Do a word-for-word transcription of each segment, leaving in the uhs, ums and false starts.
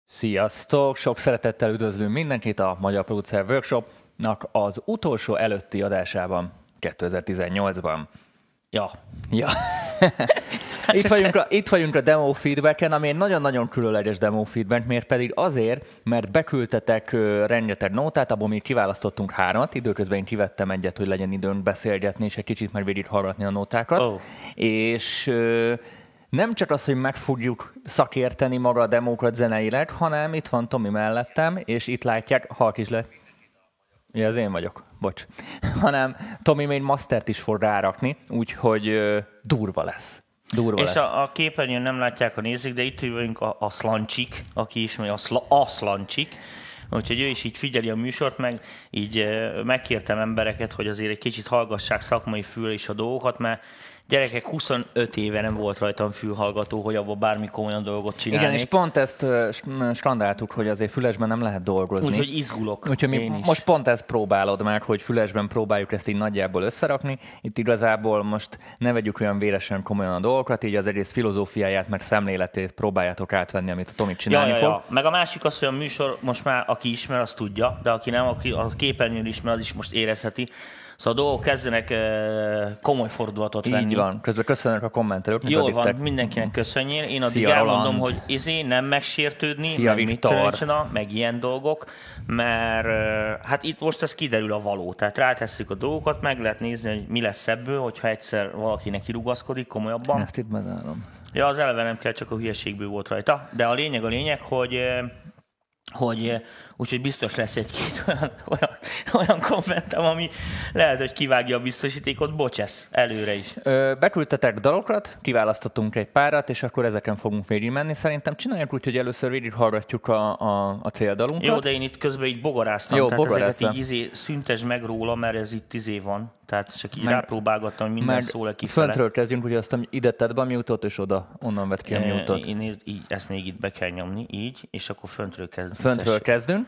Sziasztok! Sok szeretettel üdvözlünk mindenkit a Magyar Producer Workshopnak az utolsó előtti adásában, kétezer-tizennyolcban. Ja. Ja. Itt vagyunk, a, itt vagyunk a demo feedbacken, ami egy nagyon-nagyon különleges demo feedback, miért pedig azért, mert beküldtetek uh, rengeteg nótát, abból mi kiválasztottunk háromat, időközben én kivettem egyet, hogy legyen időnk beszélgetni, és egy kicsit már végig hallgatni a nótákat. Oh. És uh, nem csak az, hogy meg fogjuk szakérteni maga a demókat zeneileg, hanem itt van Tomi mellettem, és itt látják, halk is lett. Ja, az én vagyok, bocs. hanem Tomi még mastert is fog rárakni, úgyhogy uh, durva lesz. Durva és lesz. a, a képernyőn nem látják a nézők, de itt vagyunk a, a Szlancsik, aki ismeri, a, szla, a Szlancsik. Úgyhogy ő is így figyeli a műsort, meg így uh, megkértem embereket, hogy azért egy kicsit hallgassák szakmai fülre is a dolgokat, mert gyerekek, huszonöt éve nem volt rajtam fülhallgató, hogy abban bármi komolyan dolgot csinálnék. Igen, és pont ezt uh, skandáltuk, hogy azért fülesben nem lehet dolgozni. Úgyhogy izgulok. Úgyhogy mi most pont ezt próbálod meg, hogy fülesben próbáljuk ezt így nagyjából összerakni. Itt igazából most ne vegyük olyan véresen komolyan a dolgokat, így az egész filozófiáját, meg szemléletét próbáljátok átvenni, amit a Tomi csinálni ja, ja, fog. Ja. Meg a másik az, hogy a műsor most már, aki ismer, az tudja, de aki nem, aki a képernyőn ismer, az is most érezheti. Szóval a dolgok kezdenek komoly fordulatot Így venni. Így van. Közben köszönök a kommentelőknek. Jól van, mindenkinek köszönjél. Én addig Szia, elmondom, Roland. hogy izé nem megsértődni, Szia, meg Viktor. mit történne, meg ilyen dolgok, mert hát itt most ez kiderül a való. Tehát rátesszük a dolgokat, meg lehet nézni, hogy mi lesz ebből, hogyha egyszer valakinek kirugaszkodik komolyabban. Ezt itt bezárom. Ja, az eleve nem kell, csak a hülyeségből volt rajta. De a lényeg a lényeg, hogy... hogy úgyhogy biztos lesz egy-két olyan, olyan, olyan kommentem, ami lehet, hogy kivágja a biztosítékot. Bocsesz, előre is. Ö, beküldtetek dalokat, kiválasztottunk egy párat, és akkor ezeken fogunk végigmenni. Szerintem csináljuk úgy, hogy először végighallgatjuk a, a, a céldalunkat. Jó, de én itt közben így bogaráztam, Jó, tehát ezeket bogaráztam. így izé, szüntesd meg róla, mert ez itt izé van. Tehát csak így meg, rápróbálgattam, hogy minden szól-e kifele. Föntről kezdjünk, hogy azt ide tedd be a mute-ot, és oda, onnan vedd ki a mute-ot. Én nézd, így, ezt még itt be kell nyomni, így, és akkor föntről kezdünk. Föntről kezdünk,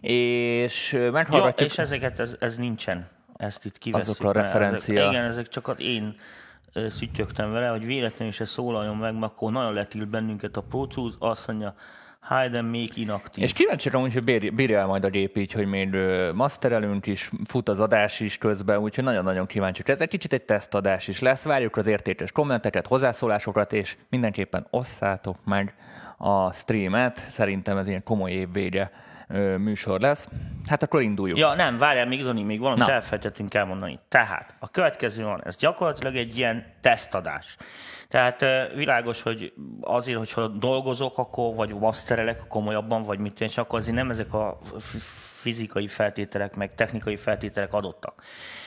és meghallgatjuk. Ja, és ezeket, ez, ez nincsen. Ezt itt kivesszük. Azok a referencia. Ezek, igen, ezek csak én szüttyögtem vele, hogy véletlenül se szólaljon meg, mert akkor nagyon letilt bennünket a Pro Tools, azt mondja, hide and make inactive. És kíváncsiak amúgy, hogy bírja el majd a gép így, hogy még masterelünk is, fut az adás is közben, úgyhogy nagyon-nagyon kíváncsiak. Ez egy kicsit egy tesztadás is lesz, várjuk az értékes kommenteket, hozzászólásokat, és mindenképpen osszátok meg a streamet, szerintem ez ilyen komoly évvége műsor lesz. Hát akkor induljunk. Ja, nem, várjál, még Dani, még valamit Na. elfelejtettünk elmondani. Tehát a következő van, ez gyakorlatilag egy ilyen tesztadás. Tehát világos, hogy azért, hogyha dolgozok, akkor, vagy masterelek komolyabban, vagy mit és akkor azért nem ezek a fizikai feltételek, meg technikai feltételek adottak.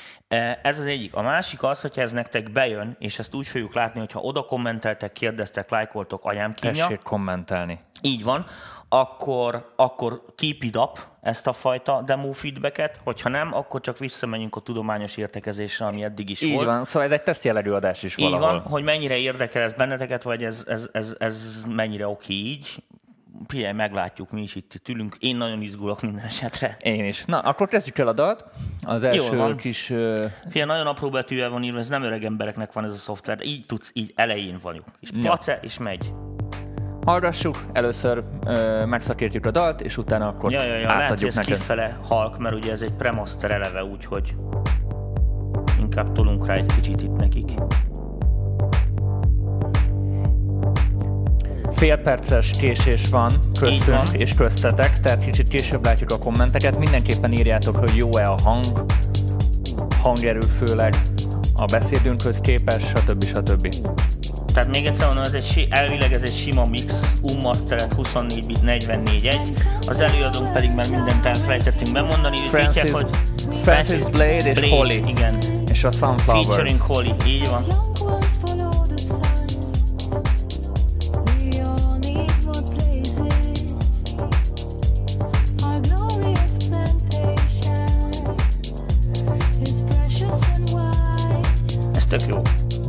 Ez az egyik. A másik az, hogyha ez nektek bejön, és ezt úgy fogjuk látni, hogyha oda kommenteltek, kérdeztek, lájkoltok, anyám kínja. Tessék kommentelni. Így van. Akkor, akkor keep it up, ezt a fajta demo feedbacket, hogyha nem, akkor csak visszamegyünk a tudományos értekezésre, ami eddig is Így volt. van, szóval ez egy tesztjellegű adás is Így valahol. van, hogy mennyire érdekel ez benneteket, vagy ez, ez, ez, ez mennyire oké így. Figyelj, meglátjuk, mi is itt, itt ülünk. Én nagyon izgulok minden esetre. Én is. Na, akkor kezdjük el a dalt. Az első kis... Uh... Figyelj, nagyon apró betűvel van írva, ez nem öreg embereknek van ez a szoftver. Így tudsz, így elején vagyunk. És place, ja. És megy. Hallgassuk, először ö, megszakértjük a dalt, és utána akkor ja, ja, ja. átadjuk neked. Lehet, hogy ez kifele halk, mert ugye ez egy premaster eleve, úgyhogy inkább tolunk rá egy kicsit itt nekik. Fél perces késés van köztünk van. És köztetek, tehát kicsit később látjuk a kommenteket. Mindenképpen írjátok, hogy jó-e a hang, hangerő főleg a beszédünkhöz képes, stb. stb. Tehát még egyszer mondom, ez egy, elvileg ez egy sima mix, unmastered huszonnégy bit negyvennégy egy, az előadónk pedig már mindent elfelejtettünk bemondani, Francis, így hogy Francis Blade és Blade, Holly, igen. És a Sunflowers. Featuring Holly, így van. Ez tök jó.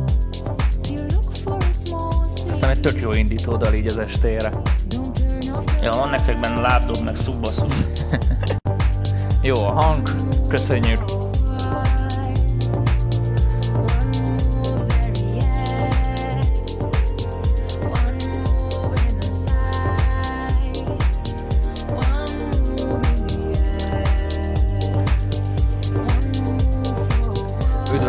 Egy tök jó indítódal így az estére. Ja, van nektek benne lábdob, meg szubbasszus. Jó a hang, köszönjük.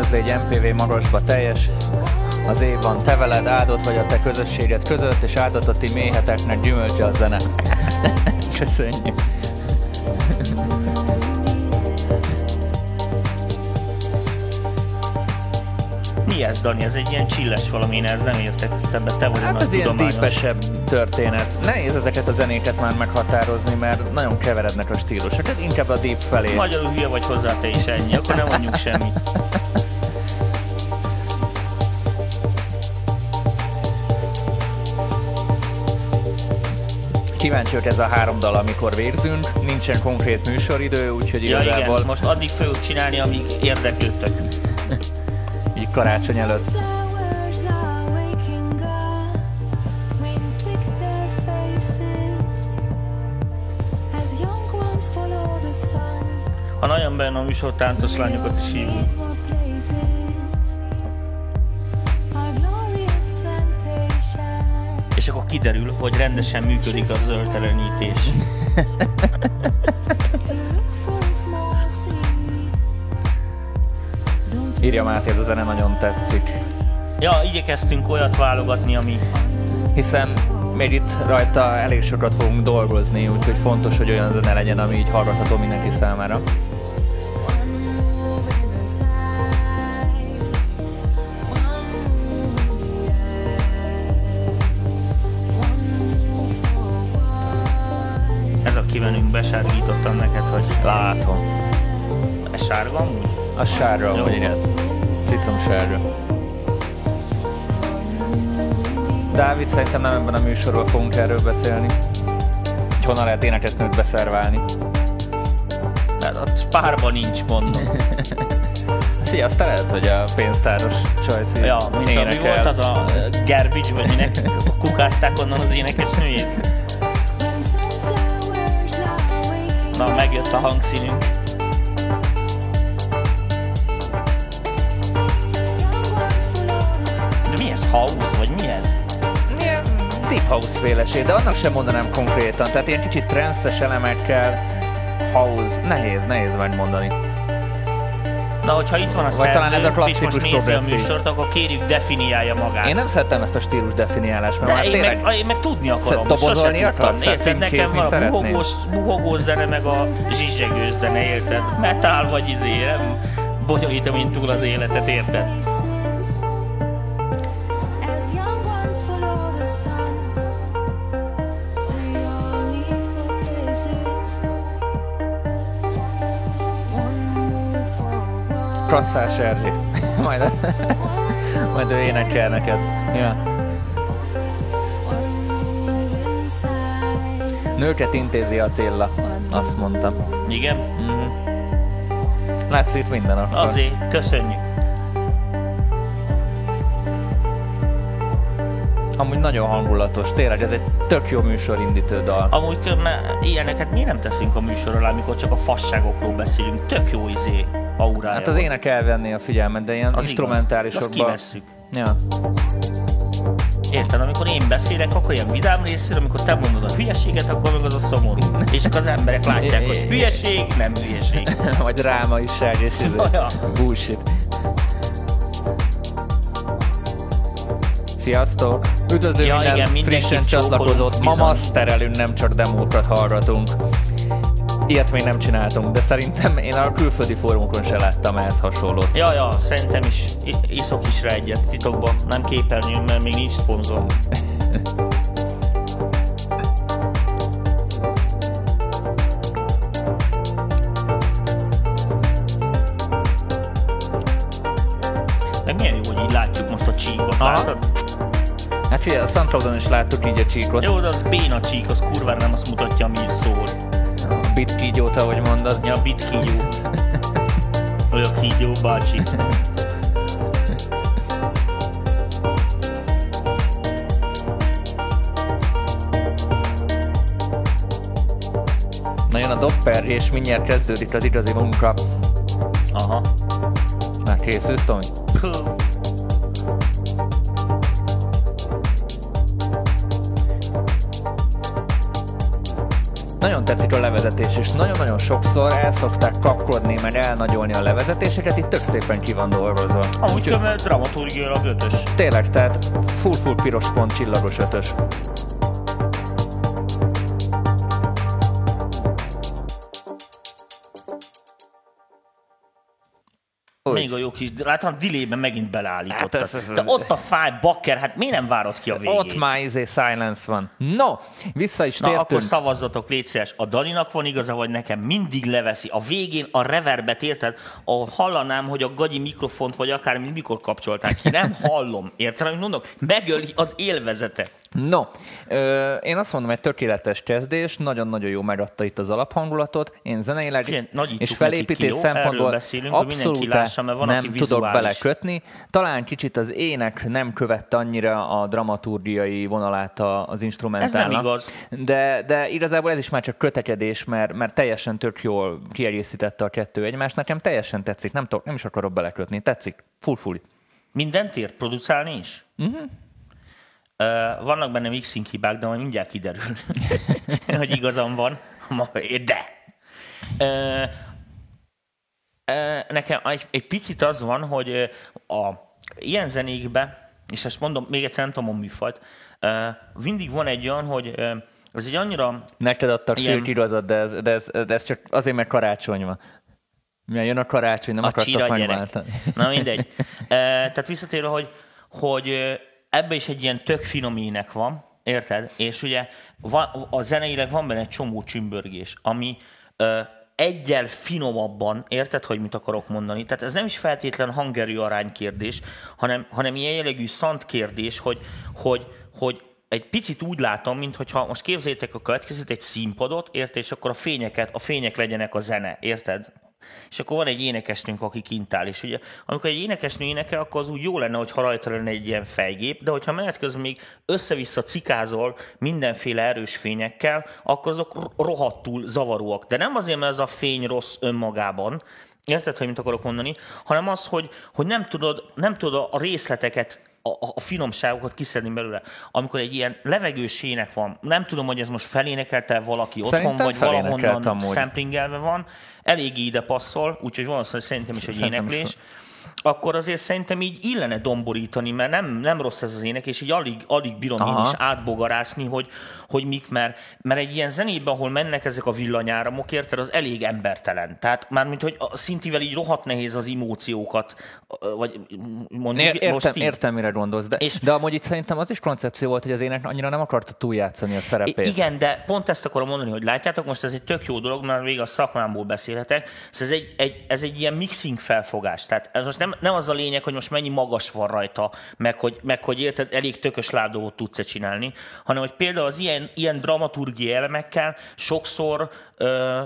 légy em pé vé magasba teljes, az év van te veled, áldott vagy a te közösséged között, és áldott a ti méheteknek gyümölcse a zene. Köszönjük. Mi ez, Dani? Ez egy ilyen csilles valami, én ez nem értek. Ebben te vagy Hát ez ilyen deepesebb történet. Nehéz ezeket a zenéket már meghatározni, mert nagyon keverednek a stílusok. Hát inkább a deep felé. Magyarul hülye vagy hozzá te is, ennyi. Akkor nem mondjuk semmit. Kíváncsiak ez a három dal, amikor vérzünk. Nincsen konkrét műsoridő, úgyhogy ja, igazából... igen, most addig fogjuk csinálni, amíg érdeklődtök. Így karácsony előtt. Ha nagyon benne a műsor, táncos lányokat is hívunk. És akkor kiderül, hogy rendesen működik a zöldtelenítés. Írja Máté, ez a zene nagyon tetszik. Ja, igyekeztünk olyat válogatni, ami... Hiszen még itt rajta elég sokat fogunk dolgozni, úgyhogy fontos, hogy olyan zene legyen, ami így hallgatható mindenki számára. Ez a kivenünk, besárgítottam neked, hogy... Látom. Ez sárga amúgy? A sárga, Jó. vagy igen. Citromsárga. Dávid, szerintem nem ebben a műsorban fogunk erről beszélni. Hogy honnan lehet énekesnőt beszerválni. Hát a spárban nincs, mondom. Szia, azt te lehet, hogy a pénztáros Csajci Ja, mint ami énekel. volt az a Garbage, vagy minek kukázták onnan az énekesnőjét. Na, megjött a hangszínünk. De mi ez? House? Vagy mi ez? Ilyen deep house féleség, de annak sem mondanám konkrétan. Tehát ilyen kicsit transzes elemekkel, house, nehéz, nehéz megmondani. Na, hogyha itt van a Vagy talán ez a szerző, és klasszikus most nézi a progresszív. műsort, akkor kérjük, definiálja magát. Én nem szerettem ezt a stílus definiálást, mert De már én tényleg... meg, én meg tudni akarom, Dobozolni sose tudtam. akarsz? Érted, nekem Címkézni van a szeretnéd? buhogós, buhogós zene, meg a zsizsegős zene, érted? Metal vagy izé, nem bonyolítom én túl az életet, érted? Krasszás Erzsi. majd, majd ő énekel neked. Ja. Nőket intézi Attila, azt mondtam. Igen? Mm-hmm. Látsz itt minden akkor. Azért, köszönjük. Amúgy nagyon hangulatos, tényleg ez egy tök jó műsorindítő dal. Amúgy mert ilyeneket miért nem teszünk a műsor alá, amikor csak a fasságokról beszélünk? Tök jó izé aurája. Hát az van. ének elvenné a figyelmet, de ilyen Az instrumentálisokban... igaz. Azt kivesszük. Ja. Érted, amikor én beszélek, akkor ilyen vidám részéről, amikor te mondod a hülyeséget, akkor meg az a szomorú. És akkor az emberek látják, hogy hülyeség, nem hülyeség. Vagy drámaiság és ez Ja. bullshit. Sziasztok! Üdvözlő Ja, minden igen, mindenkit frissen csókolunk, csatlakozott. Ma bizony. masterelünk, nem csak demókat hallgatunk. Ilyet még nem csináltunk, de szerintem én a külföldi fórumokon se láttam ehhez hasonlót. Ja, ja, szerintem is I- iszok is rá egyet titokban, nem képernyőn, mert még nincs szponzor. Meg milyen jó, hogy így látjuk most a csíkot, Aha. látod? Hát figyelj, a Soundcloudon is láttuk így a csíkot. Jó, de az béna csík, az kurvára nem azt mutatja, ami is szól. A bit kígyót, ahogy mondod. Ja, bit kígyó. Olyan kígyó bácsi. Na jön a dopper, és mindjárt kezdődik az igazi munka. Aha. Már készülsz, Tomi? Puh. nagyon tetszik a levezetés, és nagyon-nagyon sokszor el szokták kapkodni, meg elnagyolni a levezetéseket, itt tök szépen ki van dolgozva. Amúgy több dramaturgiailag ötös. Tényleg, tehát full-full piros pont, csillagos ötös. Úgy. Még a jó kis, látom, delayben megint beleállítottad. Hát ez, ez, ez, de ott a fáj, bakker, hát miért nem várod ki a végét? Ott már izé silence van. No, vissza is tértünk. Na, akkor szavazzatok, légy szíves, a Daninak van igaza, vagy nekem mindig leveszi. A végén a reverbet, érted? Ahol hallanám, hogy a gagyi mikrofont, vagy akármi, mikor kapcsolták ki. Nem hallom, érted, amit mondok? Megöli az élvezete. No, ö, én azt mondom, egy tökéletes kezdés, nagyon-nagyon jó megadta itt az alaphangulatot. Én zeneileg Figyelj, és felépítés szempontból abszolút lássa, mert van, nem tudok belekötni. Talán kicsit az ének nem követte annyira a dramaturgiai vonalát az instrumentálnak. Ez nem igaz. De, de igazából ez is már csak kötekedés, mert, mert teljesen tök jól kiegészítette a kettő egymást. Nekem teljesen tetszik, nem, tudok, nem is akarok belekötni. Tetszik, full-full. Mindent ért producálni is? Uh-huh. Uh, vannak benne mixing hibák, de majd mindjárt kiderül, hogy igazam van. De! Uh, uh, nekem egy, egy picit az van, hogy a ilyen zenékben, és ezt mondom, még egyszer nem tudom a műfajt, uh, mindig van egy olyan, hogy uh, ez egy annyira... Neked adtak ilyen... szűk igazat, de ez, de, ez, de ez csak azért, mert karácsony van. Milyen jön a karácsony, nem a akartak megváltani. Na mindegy. Uh, tehát visszatérve, hogy, hogy ebben is egy ilyen tök finom ének van, érted? És ugye van, a zeneileg van benne egy csomó csümbörgés, ami ö, egyel finomabban, érted, hogy mit akarok mondani? Tehát ez nem is feltétlen hangerő arány kérdés, hanem, hanem ilyen jellegű szant kérdés, hogy, hogy, hogy egy picit úgy látom, mintha most képzeljétek a következőt, egy színpadot, érted? És akkor a fényeket, a fények legyenek a zene, érted? És akkor van egy énekesnőnk, aki kint áll, és ugye amikor egy énekesnő énekel, akkor az úgy jó lenne, hogyha rajta lenne egy ilyen fejgép, de hogyha menet közben még össze-vissza cikázol mindenféle erős fényekkel, akkor azok rohadtul zavaróak. De nem azért, mert ez a fény rossz önmagában, érted, hogy mit akarok mondani, hanem az, hogy, hogy nem tudod, nem tudod a részleteket, a, a finomságokat kiszedni belőle. Amikor egy ilyen levegős ének van, nem tudom, hogy ez most felénekelte valaki otthon, vagy valahonnan samplingelve van, eléggé ide passzol, úgyhogy valószínűleg szerintem is egy szerintem éneklés, is. Akkor azért szerintem így illene domborítani, mert nem, nem rossz ez az ének, és így alig, alig bírom Aha. én is átbogarászni, hogy, hogy mik, mert, mert egy ilyen zenében, ahol mennek ezek a villanyáramok, érted, az elég embertelen. Tehát mármint, hogy a szintivel így rohadt nehéz az emóciókat, vagy mondjuk értem, most így. Értem, mire gondolsz, de, és, de amúgy itt szerintem az is koncepció volt, hogy az ének annyira nem akarta túljátszani a szerepét. Igen, de pont ezt akarom mondani, hogy látjátok, most ez egy tök jó dolog, mert végig a szakmámból beszélhetek, ez egy, egy, ez egy ilyen mixing felfogás. Tehát ez most nem, nem az a lényeg, hogy most mennyi magas van rajta, meg hogy, meg hogy érted, elég tökös ládót tudsz csinálni, hanem hogy például az ilyen, ilyen dramaturgiai elemekkel sokszor ö,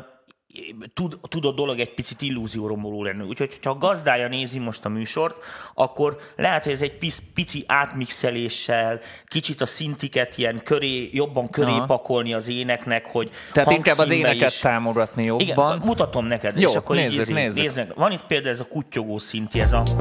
tud, tud a dolog egy picit illúzióromboló lenni. Úgyhogy, ha a gazdája nézi most a műsort, akkor lehet, hogy ez egy pici, pici átmixeléssel, kicsit a szintiket ilyen köré, jobban köré Aha. pakolni az éneknek, hogy tehát inkább az éneket is támogatni jobban. Igen, mutatom neked. Jó, és akkor nézzük, így, nézzük. nézzük. Van itt például ez a kuttyogó szinti, ez a...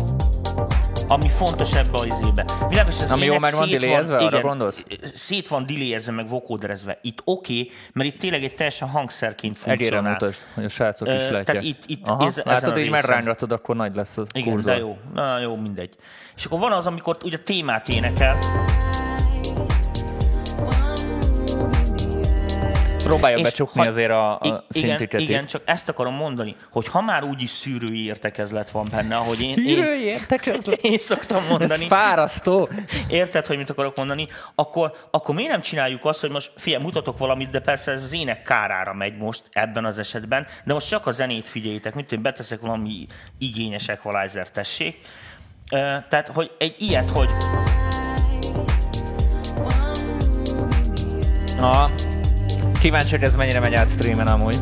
ami fontos ebbe az izébe. Világos, ez ami jó, meg van diléjezve, arra igen, gondolsz? Szét van diléjezve, meg vokóderezve. Itt oké, okay, mert itt tényleg egy teljesen hangszerként funkcionál. Egére mutasd, hogy a srácok is látják. Tehát itt, itt Aha, ez, látod, így merrángatod, akkor nagy lesz a igen, kurzor. De jó, na jó, mindegy. És akkor van az, amikor ugye témát énekel. Próbálja becsukni ha, azért a, a szintiket. Igen, csak ezt akarom mondani, hogy ha már úgyis szűrői értekezlet van benne, ahogy én, szűrői értekezlet? Én szoktam mondani. Ez fárasztó. Érted, hogy mit akarok mondani? Akkor, akkor miért nem csináljuk azt, hogy most figyelj, mutatok valamit, de persze ez az ének kárára megy most ebben az esetben, de most csak a zenét figyeljétek, mint én beteszek valami igényes equalizer, tessék. Tehát, hogy egy ilyet, hogy... Aha. Kíváncsi, hogy ez mennyire megy át streamen amúgy.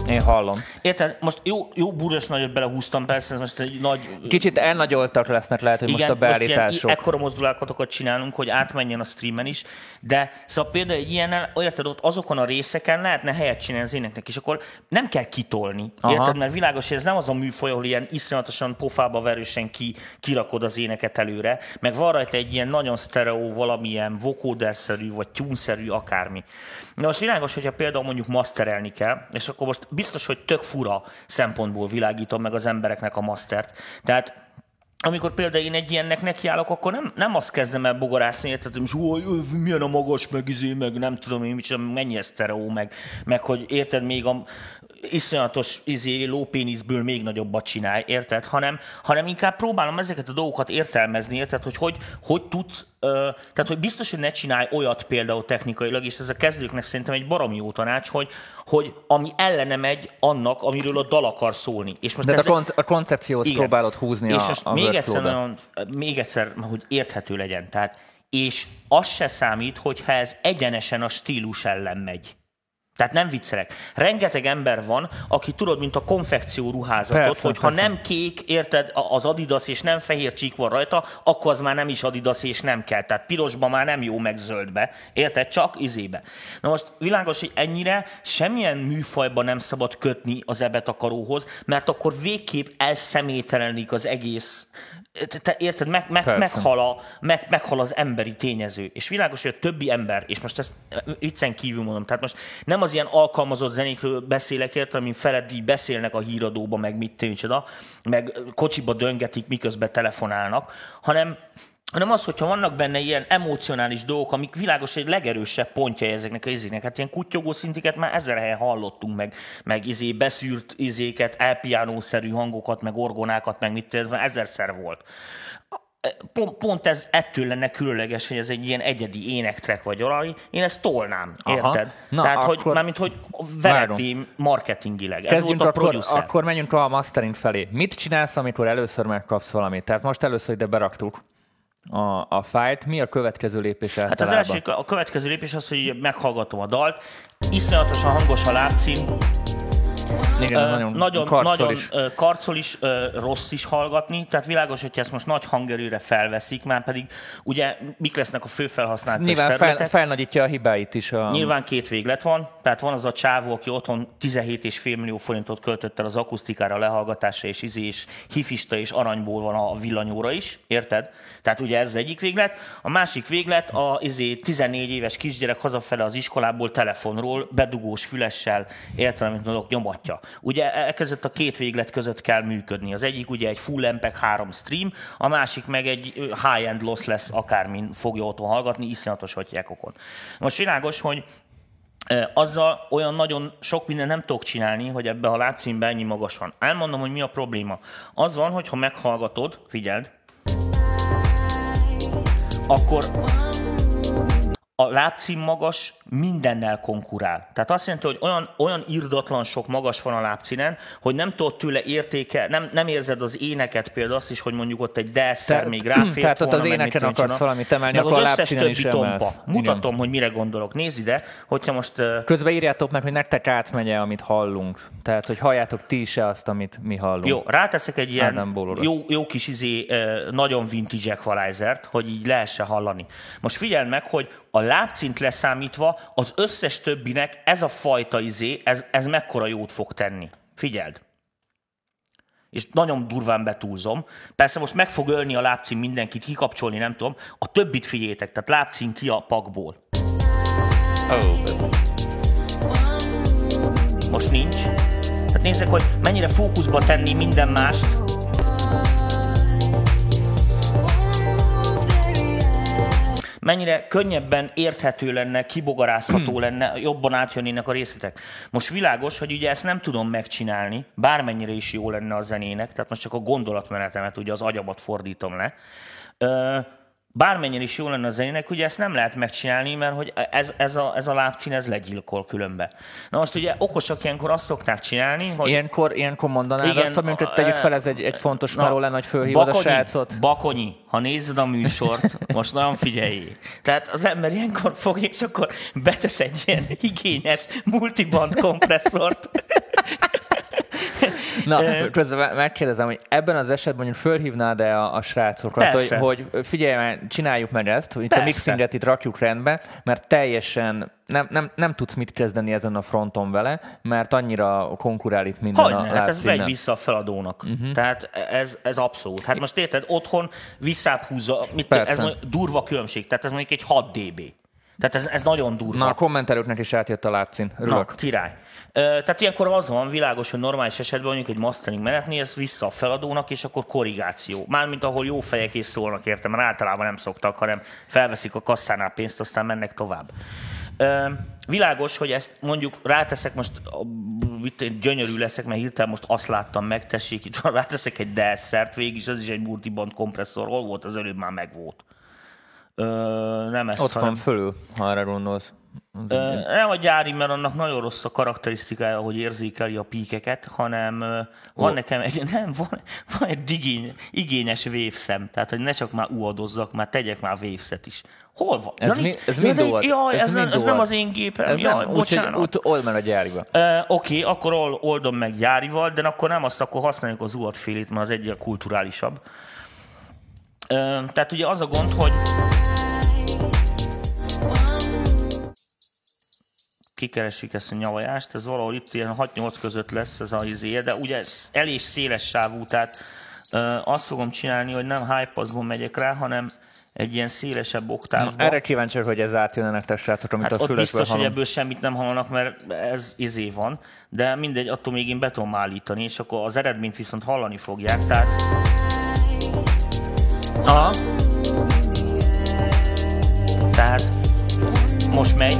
Én hallom. Érted? Most jó, jó burros nagyot belehúztam, persze, ez most egy nagy... Kicsit elnagyoltak lesznek lehet, hogy igen, most a beállítások. most ilyen, ekkora mozdulásokat csinálunk, hogy átmenjen a streamen is, de szóval például egy ilyennel, érted, ott azokon a részeken lehetne helyet csinálni az éneknek, és akkor nem kell kitolni, érted? Aha. Mert világos, hogy ez nem az a műfaj, ahol ilyen iszonyatosan pofába verősen ki, kirakod az éneket előre, meg van rajta egy ilyen nagyon sztereó, valamilyen vocoder-szerű, vagy tune-szerű, akármi. Na most világos, hogyha például mondjuk masterelni kell, és akkor most biztos, hogy tök fura szempontból világítom meg az embereknek a mastert. Tehát amikor például én egy ilyennek nekiállok, akkor nem, nem azt kezdem el bogarászni, érted, hogy most, milyen a magas, meg izé, meg nem tudom én, mennyi ez sztereó, meg, meg hogy érted, még a iszonyatos izé, lópéniszből még nagyobbat csinálj, érted? Hanem, hanem inkább próbálom ezeket a dolgokat értelmezni, érted, hogy hogy, hogy tudsz, uh, tehát hogy biztos, hogy ne csinálj olyat például technikailag, és ez a kezdőknek szerintem egy baromi jó tanács, hogy, hogy ami ellene megy annak, amiről a dal akar szólni. És most de ez a, konce- a koncepciót igen. próbálod húzni és a, most a még egyszer, nagyon, még egyszer, hogy érthető legyen. Tehát, és az se számít, hogyha ez egyenesen a stílus ellen megy. Tehát nem viccelek. Rengeteg ember van, aki tudod, mint a konfekció ruházatot, persze, hogy persze. ha nem kék, érted, az Adidas és nem fehér csík van rajta, akkor az már nem is Adidas és nem kell. Tehát pirosba már nem jó, meg zöldbe. Érted? Csak izébe. Na most világos, hogy ennyire semmilyen műfajba nem szabad kötni az ebetakaróhoz, mert akkor végképp elszemételenik az egész. Te érted, meg, meg, meghal, a, meg, meghal az emberi tényező. És világos, hogy a többi ember, és most ezt viccen kívül mondom, tehát most nem az ilyen alkalmazott zenékről beszélek, érted, amin feled így beszélnek a híradóba, meg mit tűncsoda, meg kocsiba döngetik, miközben telefonálnak, hanem hanem az, hogyha vannak benne ilyen emocionális dolgok, amik világos, hogy legerősebb pontja ezeknek az izének. Hát ilyen kuttyogó szintiket már ezer helyen hallottunk, meg, meg izé beszűrt izéket, elpiánószerű hangokat, meg orgonákat, meg mit ez már ezerszer volt. Pont, pont ez ettől lenne különleges, hogy ez egy ilyen egyedi énektrek vagy valami. Én ezt tolnám, érted? Na, tehát, akkor... hogy mármint, hogy veretném marketingileg. Ez volt a akkor, producer. Akkor menjünk a mastering felé. Mit csinálsz, amikor először megkapsz valamit? Tehát most először ide beraktuk a, a fájlt. Mi a következő lépés általában? Hát az első, a következő lépés az, hogy meghallgatom a dalt. Iszonyatosan hangos a lábcím. Igen, uh, nagyon, nagyon karcol nagyon is. Uh, karcol is, uh, rossz is hallgatni, tehát világos, hogyha ezt most nagy hangerőre felveszik, már pedig ugye mik lesznek a fő felhasznált nyilván fel, felnagyítja a hibáit is. A... Nyilván két véglet van, tehát van az a csávó, aki otthon tizenhét egész öt millió forintot költött el az akusztikára, a lehallgatásra, és izé, és hifista és aranyból van a villanyóra is, érted? Tehát ugye ez az egyik véglet. A másik véglet a izé, tizennégy éves kisgyerek hazafele az iskolából telefonról, bedugós fülessel, érted, amit mondok, nyomatja. Ugye e között a két véglet között kell működni. Az egyik ugye egy full em pé három stream, a másik meg egy high-end lossless akármin fogja otthon hallgatni, iszonyatos atyákokon. Most világos, hogy azzal olyan nagyon sok minden nem tudok csinálni, hogy ebbe a lábcímbe ennyi magas van. Elmondom, hogy mi a probléma. Az van, hogy ha meghallgatod, figyeld, akkor a lábcím magas mindennel konkurál. Tehát azt jelenti, hogy olyan, olyan irdatlan sok magas van a lábcínen, hogy nem tudod tőle értéke, nem, nem érzed az éneket, például azt is, hogy mondjuk ott egy delszer még ráfért tehát volna, ott az éneken akarsz valamit emelni, meg akkor az a összes lábcínen többi is tompa. emelsz. Mutatom, igen. hogy mire gondolok. Nézd ide, hogyha most... Uh... Közben írjátok meg, hogy nektek átmegye, amit hallunk. Tehát, hogy halljátok ti se azt, amit mi hallunk. Jó, ráteszek egy ilyen jó, jó kis izé, nagyon vintage equalizert, hogy így lehessen hallani. Most figyeld meg, hogy a lábcínt leszámítva az összes többinek ez a fajta izé, ez, ez mekkora jót fog tenni. Figyeld. És nagyon durván betúlzom. Persze most meg fog ölni a lábcím mindenkit, kikapcsolni nem tudom. A többit figyeljétek, tehát lábcím ki a pakból. Oh. Most nincs. Tehát nézzek, hogy mennyire fókuszba tenni minden mást. Mennyire könnyebben érthető lenne, kibogarázható lenne, jobban átjönnének a részletek. Most világos, hogy ugye ezt nem tudom megcsinálni, bármennyire is jó lenne a zenének, tehát most csak a gondolatmenetemet, ugye az agyamat fordítom le. Bármennyire is jó lenne a zenének, ugye ezt nem lehet megcsinálni, mert hogy ez, ez, a, ez a lábcín, ez legyilkol különbe. Na most ugye okosak ilyenkor azt szokták csinálni, hogy... Ilyenkor, ilyenkor mondanád igen, azt, amint hogy tegyük fel, ez egy, egy fontos meló lenne, hogy fölhívod Bakonyi, a srácot. Bakonyi, ha nézed a műsort, most nagyon figyeljél. Tehát az ember ilyenkor fog, és akkor betesz egy ilyen igényes multiband kompresszort, Na, közben megkérdezem, hogy ebben az esetben mondjuk fölhívnád-e a, a srácokat, hogy, hogy figyelj már, csináljuk meg ezt, hogy itt a mixinget itt rakjuk rendbe, mert teljesen nem, nem, nem tudsz mit kezdeni ezen a fronton vele, mert annyira konkurál itt minden Hogyne, a hát ez látszínen. megy vissza a feladónak. Uh-huh. Tehát ez, ez abszolút. Hát most érted, otthon visszább húzza, mit, ez mondjuk durva különbség, tehát ez mondjuk egy hat dé bé. Tehát ez, ez nagyon durva. Na, a kommentelőknek is átjött a lábcín. Örülök. Na, király. Tehát ilyenkor az van világos, hogy normális esetben mondjuk egy mastering menetnél ez vissza a feladónak, és akkor korrigáció. Mármint ahol jó fejek és szólnak értem, mert általában nem szoktak, hanem felveszik a kasszánál pénzt, aztán mennek tovább. Világos, hogy ezt mondjuk ráteszek most, itt gyönyörű leszek, mert hirtelen most azt láttam meg, tessék, itt van, ráteszek egy dé es-szert végig, és az is egy multiband kompresszor, hol volt, az előbb már megvolt. Ö, nem ezt, Ott hanem... van fölül, ha erre gondolsz. Ö, nem a gyári, mert annak nagyon rossz a karakterisztikája, hogy érzékeli a píkeket, hanem ö, van oh. nekem egy, nem, van, van egy igény, igényes waveszem, tehát hogy ne csak már uadozzak, már tegyek már waveszet is. Hol van? Ez, ja, mi, ez ja, mind de, old? Jaj, ez, ez, nem, ez nem az én gépem, ez jaj, nem, bocsánat. Úgy, úgy old meg a gyáriba. Uh, Oké, okay, akkor oldom meg gyárival, de akkor nem azt, akkor használjuk az uad félét, mert az egyre kulturálisabb. Uh, tehát ugye az a gond, hogy kikeressük ezt a nyavajást, ez valahol itt ilyen hat-nyolc között lesz ez az izéje, de ugye ez elég széles sávú, tehát uh, azt fogom csinálni, hogy nem high passban megyek rá, hanem egy ilyen szélesebb oktávba. Erre kíváncsi, hogy ez átjön nektek, srácok, amit hát a ott fülekből biztos, hallom. hogy ebből semmit nem hallanak, mert ez izé van, de mindegy, attól még én be tudom állítani, és akkor az eredményt viszont hallani fogják, tehát... Aha. Tehát most megy.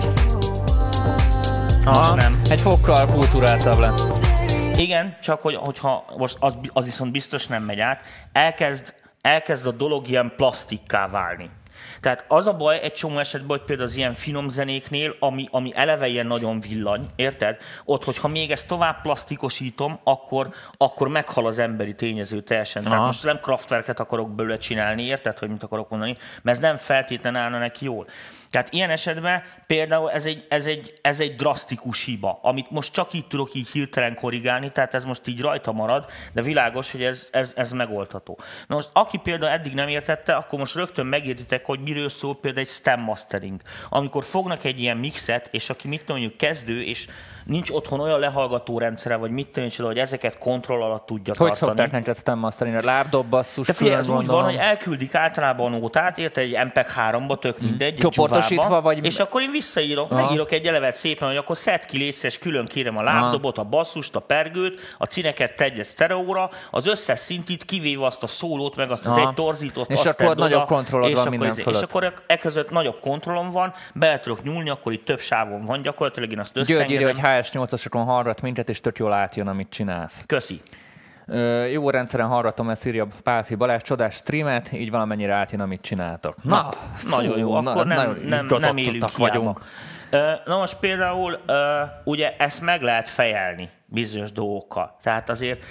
Aha, most nem. Egy fokkal kulturáltabb lett. Igen, csak hogy, hogyha most az, az viszont biztos nem megy át, elkezd, elkezd a dolog ilyen plastikká válni. Tehát az a baj egy csomó esetben, hogy például az ilyen finom zenéknél, ami, ami eleve ilyen nagyon villany, érted? Ott, hogyha még ezt tovább plastikosítom, akkor, akkor meghal az emberi tényező teljesen. Tehát Aha. most nem Kraftwerket akarok belőle csinálni, érted, hogy mit akarok mondani, mert ez nem feltétlenül állna neki jól. Tehát ilyen esetben például ez egy, ez, egy, ez egy drasztikus hiba, amit most csak így tudok így hirtelen korrigálni, tehát ez most így rajta marad, de világos, hogy ez, ez, ez megoldható. Na most, aki például eddig nem értette, akkor most rögtön megértitek, hogy miről szól például egy stem mastering. Amikor fognak egy ilyen mixet, és aki mit mondjuk kezdő, és nincs otthon olyan lehallgató rendszere, vagy mit tenni, hogy ezeket kontroll alatt tudja hogy tartani. Hogy szokták neked stem mastering? A lábdob basszus? De figyelj, ez úgy van, hogy elküldik általában a nótát, érted, egy em pé háromba, tök mindegy, csoportosítva, vagy... és akkor én visszaírok, Aha. megírok egy elevet szépen, hogy akkor szedd ki létszes, külön kérem a lábdobot, a basszust, a pergőt, a cineket tegye sztereóra, az összes szintit, kivéve azt a szólót, meg azt az Aha. egy torzított, és azt akkor nagyobb kontrollod van minden fölött. És akkor e között nagyobb kontrollom van, be tudok nyúlni, akkor itt több sávon van, gyakorlatilag én azt összeengedem. György írja, hogy há es nyolcasokon hallgat minket, és tök jól átjön, amit csinálsz. Köszi. Ö, jó rendszeren hallgatom, ezt írja Pálfi Balázs, csodás streamet, így valamennyire átjön, amit csináltok. Na, na fú, nagyon jó, akkor na, nem, nem, nem élünk vagyunk. Na most például ugye ezt meg lehet fejelni bizonyos dolgokkal. Tehát azért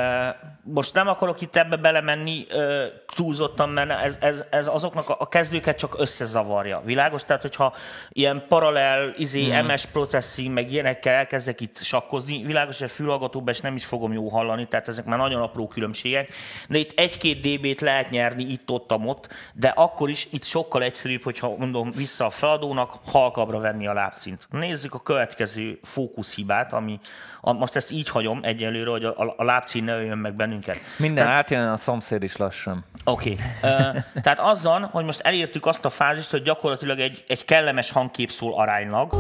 most nem akarok itt ebbe belemenni túlzottan, mert ez, ez, ez azoknak a kezdőket csak összezavarja. Világos? Tehát, hogyha ilyen paralel, izé, hmm. em es processing, meg ilyenekkel elkezdek itt sakkozni, világos, hogy a fülhallgatóban is nem is fogom jól hallani, tehát ezek már nagyon apró különbségek, de itt egy-két dé bét lehet nyerni itt-ott-ott, de akkor is itt sokkal egyszerűbb, hogyha mondom vissza a feladónak, halkabbra venni a lábszint. Nézzük a következő fókuszhibát, ami a, most ezt így hagyom egyelőre, hogy a, a, a lábcín ne öljön meg bennünket. Minden tehát, átjön, a szomszéd is lassan. Oké. Okay. Uh, tehát azzal, hogy most elértük azt a fázist, hogy gyakorlatilag egy, egy kellemes hangkép szól aránylag.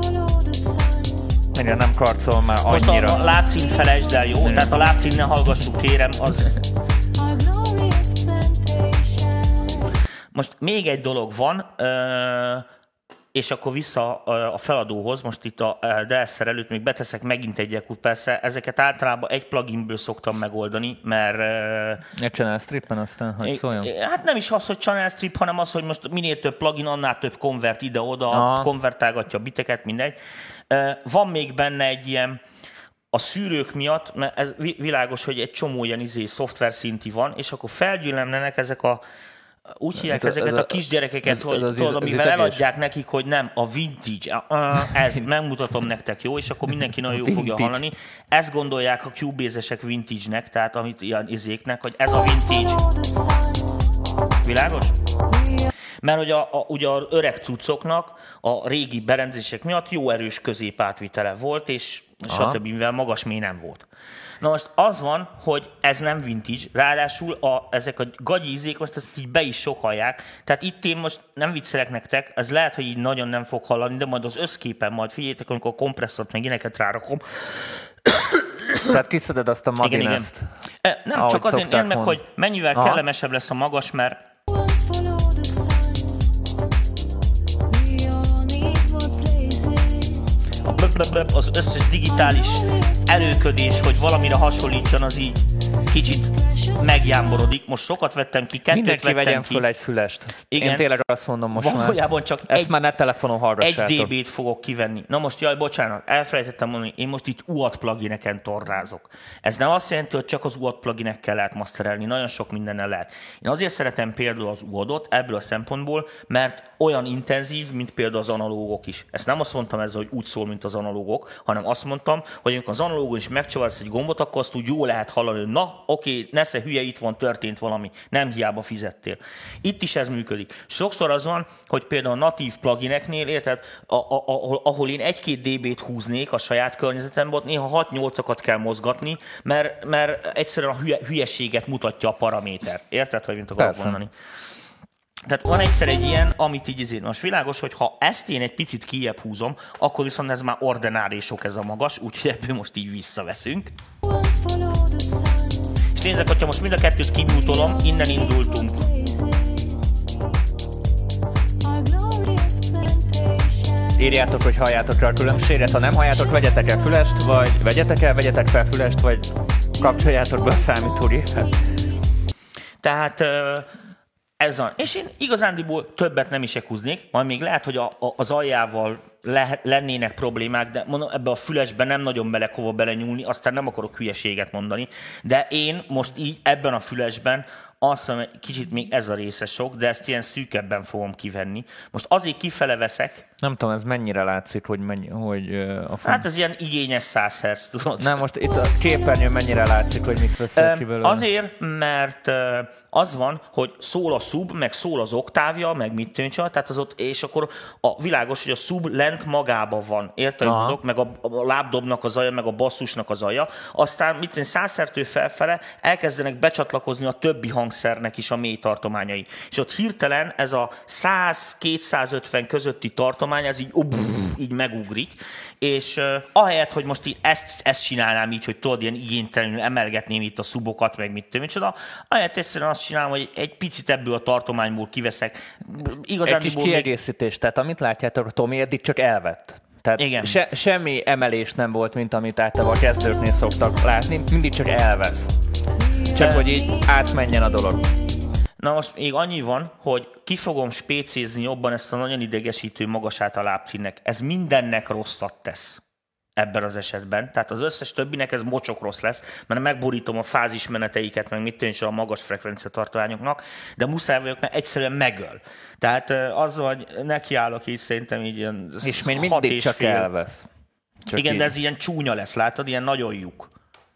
Igen, nem karcol már annyira. Most a, a lábcín felejtsd el, jó? Igen. Tehát a lábcín ne hallgassuk, kérem, az... Most még egy dolog van, uh, és akkor vissza a feladóhoz, most itt a dé es-szer előtt még beteszek megint egy ekut, persze ezeket általában egy pluginből szoktam megoldani, mert... Egy channel strippen aztán, hogy szóljon? Hát nem is az, hogy channel strip, hanem az, hogy most minél több plugin, annál több konvert ide-oda, Aha. konvertálgatja a biteket, mindegy. Van még benne egy ilyen, a szűrők miatt, mert ez világos, hogy egy csomó ilyen izé, szoftver szinti van, és akkor felgyűlömlenek ezek a Úgy hívják Ez- ezeket ez- a kisgyerekeket, ez- hogy ez az tudod, iz- amivel izegés? eladják nekik, hogy nem, a vintage, uh, ez, megmutatom nektek, jó? És akkor mindenki nagyon jó fogja Vintage. hallani. Ezt gondolják a Cubase-esek vintage-nek, tehát amit ilyen izéknek, hogy ez a vintage. Világos? Mert hogy a, a, ugye az öreg cuccoknak a régi berendezések miatt jó erős középátvitele volt, és Aha. stb. Mivel magas mély nem volt. Na most az van, hogy ez nem vintage, ráadásul a, ezek a gagyi ízék most ezt így be is sokalják, tehát itt én most nem viccelek nektek, ez lehet, hogy így nagyon nem fog hallani, de majd az összképen majd figyeljétek, amikor a kompresszort meg ilyeneket rárakom. Tehát kiszeded azt a Igen, igen. Madinest. E, Nem, Ahogy csak azért szokták él meg, mondani. hogy mennyivel Aha. kellemesebb lesz a magas, mert a blöb, blöb, blöb, az összes digitális előködés, hogy valamire hasonlítson, az így kicsit megjámborodik. Most sokat vettem ki, kettőt Mindenki vettem vegyen ki. föl egy fülest. Igen. Én tényleg azt mondom most már. Valójában csak Ezt egy, már ne telefonon egy hallgassátok. dé bé-t fogok kivenni. Na most, jaj, bocsánat, elfelejtettem mondani, én most itt u á dé plugineken torrázok. Ez nem azt jelenti, hogy csak az u á dé pluginekkel lehet masterelni, nagyon sok mindennel lehet. Én azért szeretem például az u á dé-ot ebből a szempontból, mert olyan intenzív, mint például az analógok is. Ezt nem azt mondtam ezzel, hogy úgy szól, mint az analógok, hanem azt mondtam, hogy amikor az analógon is megcsavarsz egy gombot, akkor azt úgy jól lehet hallani, hogy na, oké, nesze hülye, itt van, történt valami, nem hiába fizettél. Itt is ez működik. Sokszor az van, hogy például a natív plugineknél, érted, a, a, ahol, ahol én egy-két dé bé-t húznék a saját környezetemben, ott néha hat-nyolcakat kell mozgatni, mert, mert egyszerűen a hülye, hülyeséget mutatja a paraméter. Érted, hogy mint akarok Persze. mondani? Tehát van egyszer egy ilyen, amit így izé, most világos, hogy ha ezt én egy picit kijebb húzom, akkor viszont ez már ordinári sok ez a magas, úgyhogy ebből most így visszaveszünk. És nézzek, hogyha most mind a kettőt kimútolom, innen indultunk. Írjátok, hogy halljátok rá a különbséget, ha nem halljátok, vegyetek el fülest, vagy vegyetek el, vegyetek fel fülest, vagy kapcsoljátok be a számítógépet. Tehát ö, ez van. És én igazándiból többet nem is húznék, majd még lehet, hogy a, a, az aljával le, lennének problémák, de mondom, ebbe a fülesbe nem nagyon belek hova belenyúlni, aztán nem akarok hülyeséget mondani, de én most így ebben a fülesben azt mondom, kicsit még ez a része sok, de ezt ilyen szűkebben fogom kivenni. Most azért kifele veszek. Nem tudom, ez mennyire látszik, hogy, mennyi, hogy ö, a fun... Hát ez ilyen igényes száz hertz, tudod. Nem, most itt a képernyőn mennyire látszik, hogy mit veszel ki belőle. Azért, mert az van, hogy szól a sub, meg szól az oktávja, meg mit tűncsa, tehát az ott, és akkor a világos, hogy a sub lent magában van, érted, mondok, meg a, a lábdobnak az alja, meg a basszusnak az alja, aztán mit tűn, százszertől felfele elkezdenek becsatlakozni a többi hangszernek is a mély tartományai. És ott hirtelen ez a száz-kétszázötven közötti tartomány, ez így, oh, így megugrik, és uh, ahelyett, hogy most így ezt, ezt csinálnám így, hogy tudod, ilyen igénytelenül emelgetném itt a szubokat, meg mit tudom, micsoda, ahelyett egyszerűen azt csinálom, hogy egy picit ebből a tartományból kiveszek. Igazán Egy kis kiegészítés, tehát amit látjátok, a Tomi eddig csak elvett. Tehát Igen. Se, semmi emelés nem volt, mint amit általában a kezdőknél szoktak látni, mindig csak elvesz. Csak hogy így átmenjen a dolog. Na most még annyi van, hogy ki fogom spécézni jobban ezt a nagyon idegesítő magasát a lábcínnek. Ez mindennek rosszat tesz ebben az esetben. Tehát az összes többinek ez mocsok rossz lesz, mert megborítom a fázismeneteiket, meg mit tűncs a magas frekvencia tartományoknak, de muszáj vagyok, mert egyszerűen megöl. Tehát az, hogy nekiállok így szerintem így ilyen És még hat mindig és csak fél. elvesz. Csak Igen, így. de ez ilyen csúnya lesz, látod? Ilyen nagyon lyuk.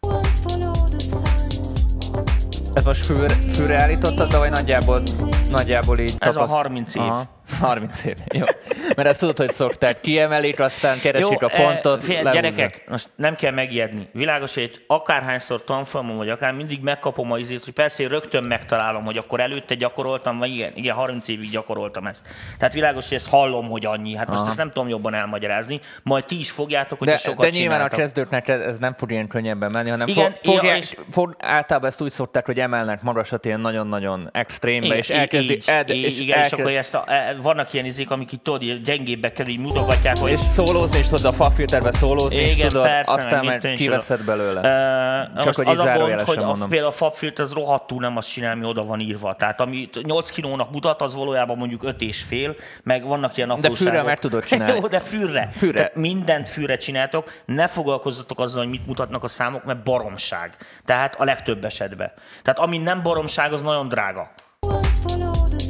Ez most fül, fülre állítottad, de vagy nagyjából, nagyjából így Ez a tapasz- harminc év. Aha, harminc év, jó. Mert ezt tudod, hogy szokták, kiemelik, aztán keresik Jó, a pontot, e, fél, lehúzzák. gyerekek, most nem kell megijedni. Világos, hogy akárhányszor tanfolyamon vagy akár mindig megkapom a izét, hogy persze én rögtön megtalálom, hogy akkor előtte gyakoroltam, vagy igen, igen, harminc évig gyakoroltam ezt. Tehát világos, hogy ezt hallom, hogy annyi. Hát most Aha. ezt nem tudom jobban elmagyarázni. Majd ti is fogjátok, hogy De, sokat de nyilván a csináltak. kezdőknek ez ez nem fog ilyen könnyebben menni, hanem Igen, fog, fogják, ja, és- fog, általában ezt úgy szokták, hogy emelnek magasat ilyen nagyon-nagyon extrémbe, Igen, és elkezdi... így, ed, így, és, igen, és elkezd, akkor ezt a, e, vannak ilyen izék, amik itt tudod, ilyen gyengébbek kell, így mutogatják, hogy és szólózni is tudod, a fafilterbe szólózni is igen, tudod, persze, aztán meg meg mit tűnj, kiveszed belőle. Uh, Csak hogy az így a gond, zárójelesen hogy a, mondom. például a fabfilter az rohadtul nem azt csinál, ami oda van írva. Tehát amit nyolc kilónak mutat, az valójában mondjuk öt és fél, meg vannak ilyen apróságok. fűre meg tudod csinálni. Jó, de fűre. Fűre. Tehát mindent fűre csináltok, ne foglalkozzatok azzal, hogy mit mutatnak a számok, mert baromság. Tehát a legtöbb esetben. Tehát ami nem baromság, az nagyon drága.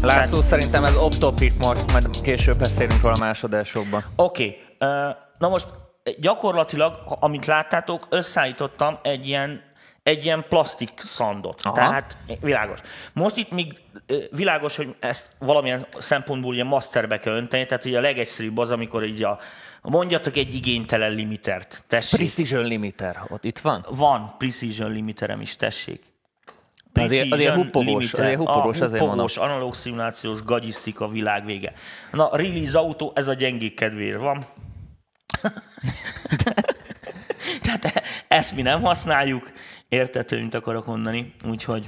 László, Tehát... szerintem ez off-topic most, majd később beszélünk róla másodásokban. Oké. Okay. Uh, na most gyakorlatilag, amit láttátok, összeállítottam egy ilyen, egy ilyen plastik szandot. Aha. Tehát világos. Most itt még világos, hogy ezt valamilyen szempontból ugye masterbe kell önteni, tehát ugye a legegyszerűbb az, amikor így a mondjatok egy igénytelen limitert, tessék. Precision limiter, ott itt van? Van Precision limiterem is, tessék. Azért, azért huppogós, azért huppogós, a azért huppogós, analóg szimulációs, gagyisztika, világvége. Na, release autó, ez a gyengék kedvéért van. Tehát ezt mi nem használjuk, értető, mint akarok mondani, úgyhogy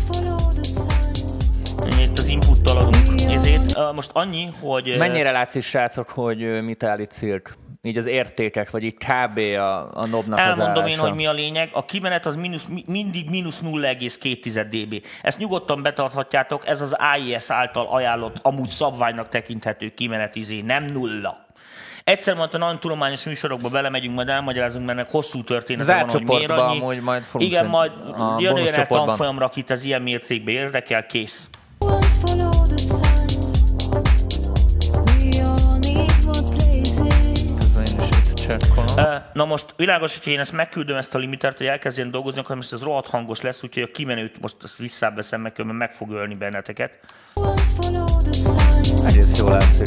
itt az inputtal adunk ezért. Most annyi, hogy... Mennyire látszik, srácok, hogy mit állít Silk? Így az értékek, vagy így kb. a, a nobnak az állása. Elmondom én, hogy mi a lényeg. A kimenet az mínusz, mindig mínusz nulla egész két dB. Ezt nyugodtan betarthatjátok, ez az á i es által ajánlott, amúgy szabványnak tekinthető kimenet izé, nem nulla. Egyszer mondta, nagyon tudományos műsorokba belemegyünk, majd elmagyarázunk, mert hosszú története van, hogy miért annyi. Majd igen, majd jön olyan el tanfolyamra, akit ez ilyen mértékben érdekel, kész. Na most világos, hogy én ezt megküldöm, ezt a limitert, hogy elkezdjen dolgozni, akkor most ez rohadt hangos lesz, úgyhogy a kimenőt most ezt visszaveszem, meg különben meg fog ölni benneteket. Egész jól látszik.